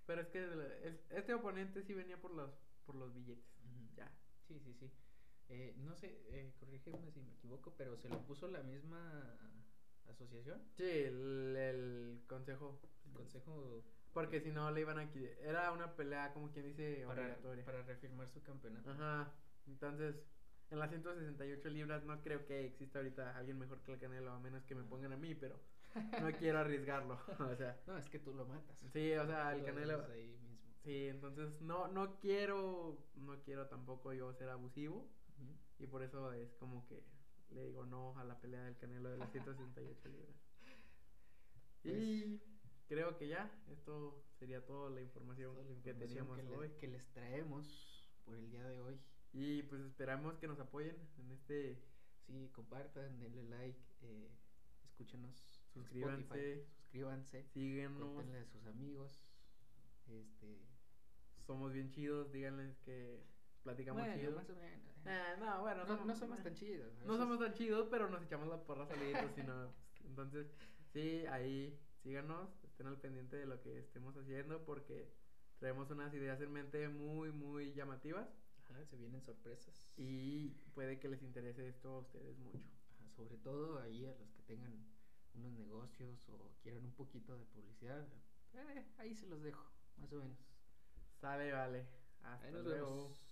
Pero es que el- el- este oponente sí venía por los, por los billetes. Ujú. Ya. Sí, sí, sí. Eh, no sé, eh, corrígeme si me equivoco, pero ¿se lo puso la misma asociación? Sí, el, el consejo. El consejo Porque si no le iban a qui- era una pelea como quien dice para, obligatoria. para reafirmar su campeonato. Ajá. Entonces, en las ciento sesenta y ocho libras no creo que exista ahorita alguien mejor que el Canelo, a menos que me pongan a mí, pero no quiero arriesgarlo. O sea, No, es que tú lo matas. sí, o sea, Tú el lo Canelo. dejas ahí mismo. Sí, entonces no no quiero no quiero tampoco yo ser abusivo Ujú. y por eso es como que le digo no a la pelea del Canelo de las ciento sesenta y ocho libras. Pues, Y creo que ya, esto sería toda la información, toda la que información teníamos que, le- hoy. que les traemos por el día de hoy. Y pues esperamos que nos apoyen en este, Sí, compartan, denle like, eh, escúchenos en suscríbanse, Spotify, suscríbanse, síguenos, cuéntenle a sus amigos, este, somos bien chidos, díganles que platicamos bueno, chido. más o menos. Eh, no, bueno, No, somos, no somos eh, tan chidos. a no veces- somos tan chidos, pero nos echamos la porra solitos, sino, entonces, sí, ahí síganos, estén al pendiente de lo que estemos haciendo porque traemos unas ideas en mente muy, muy llamativas Ajá, se vienen sorpresas. y puede que les interese esto a ustedes mucho. Ajá, sobre todo ahí a los que tengan unos negocios o quieran un poquito de publicidad, eh, ahí se los dejo, más o menos. Sale, vale. Ahí Hasta nos luego. vemos.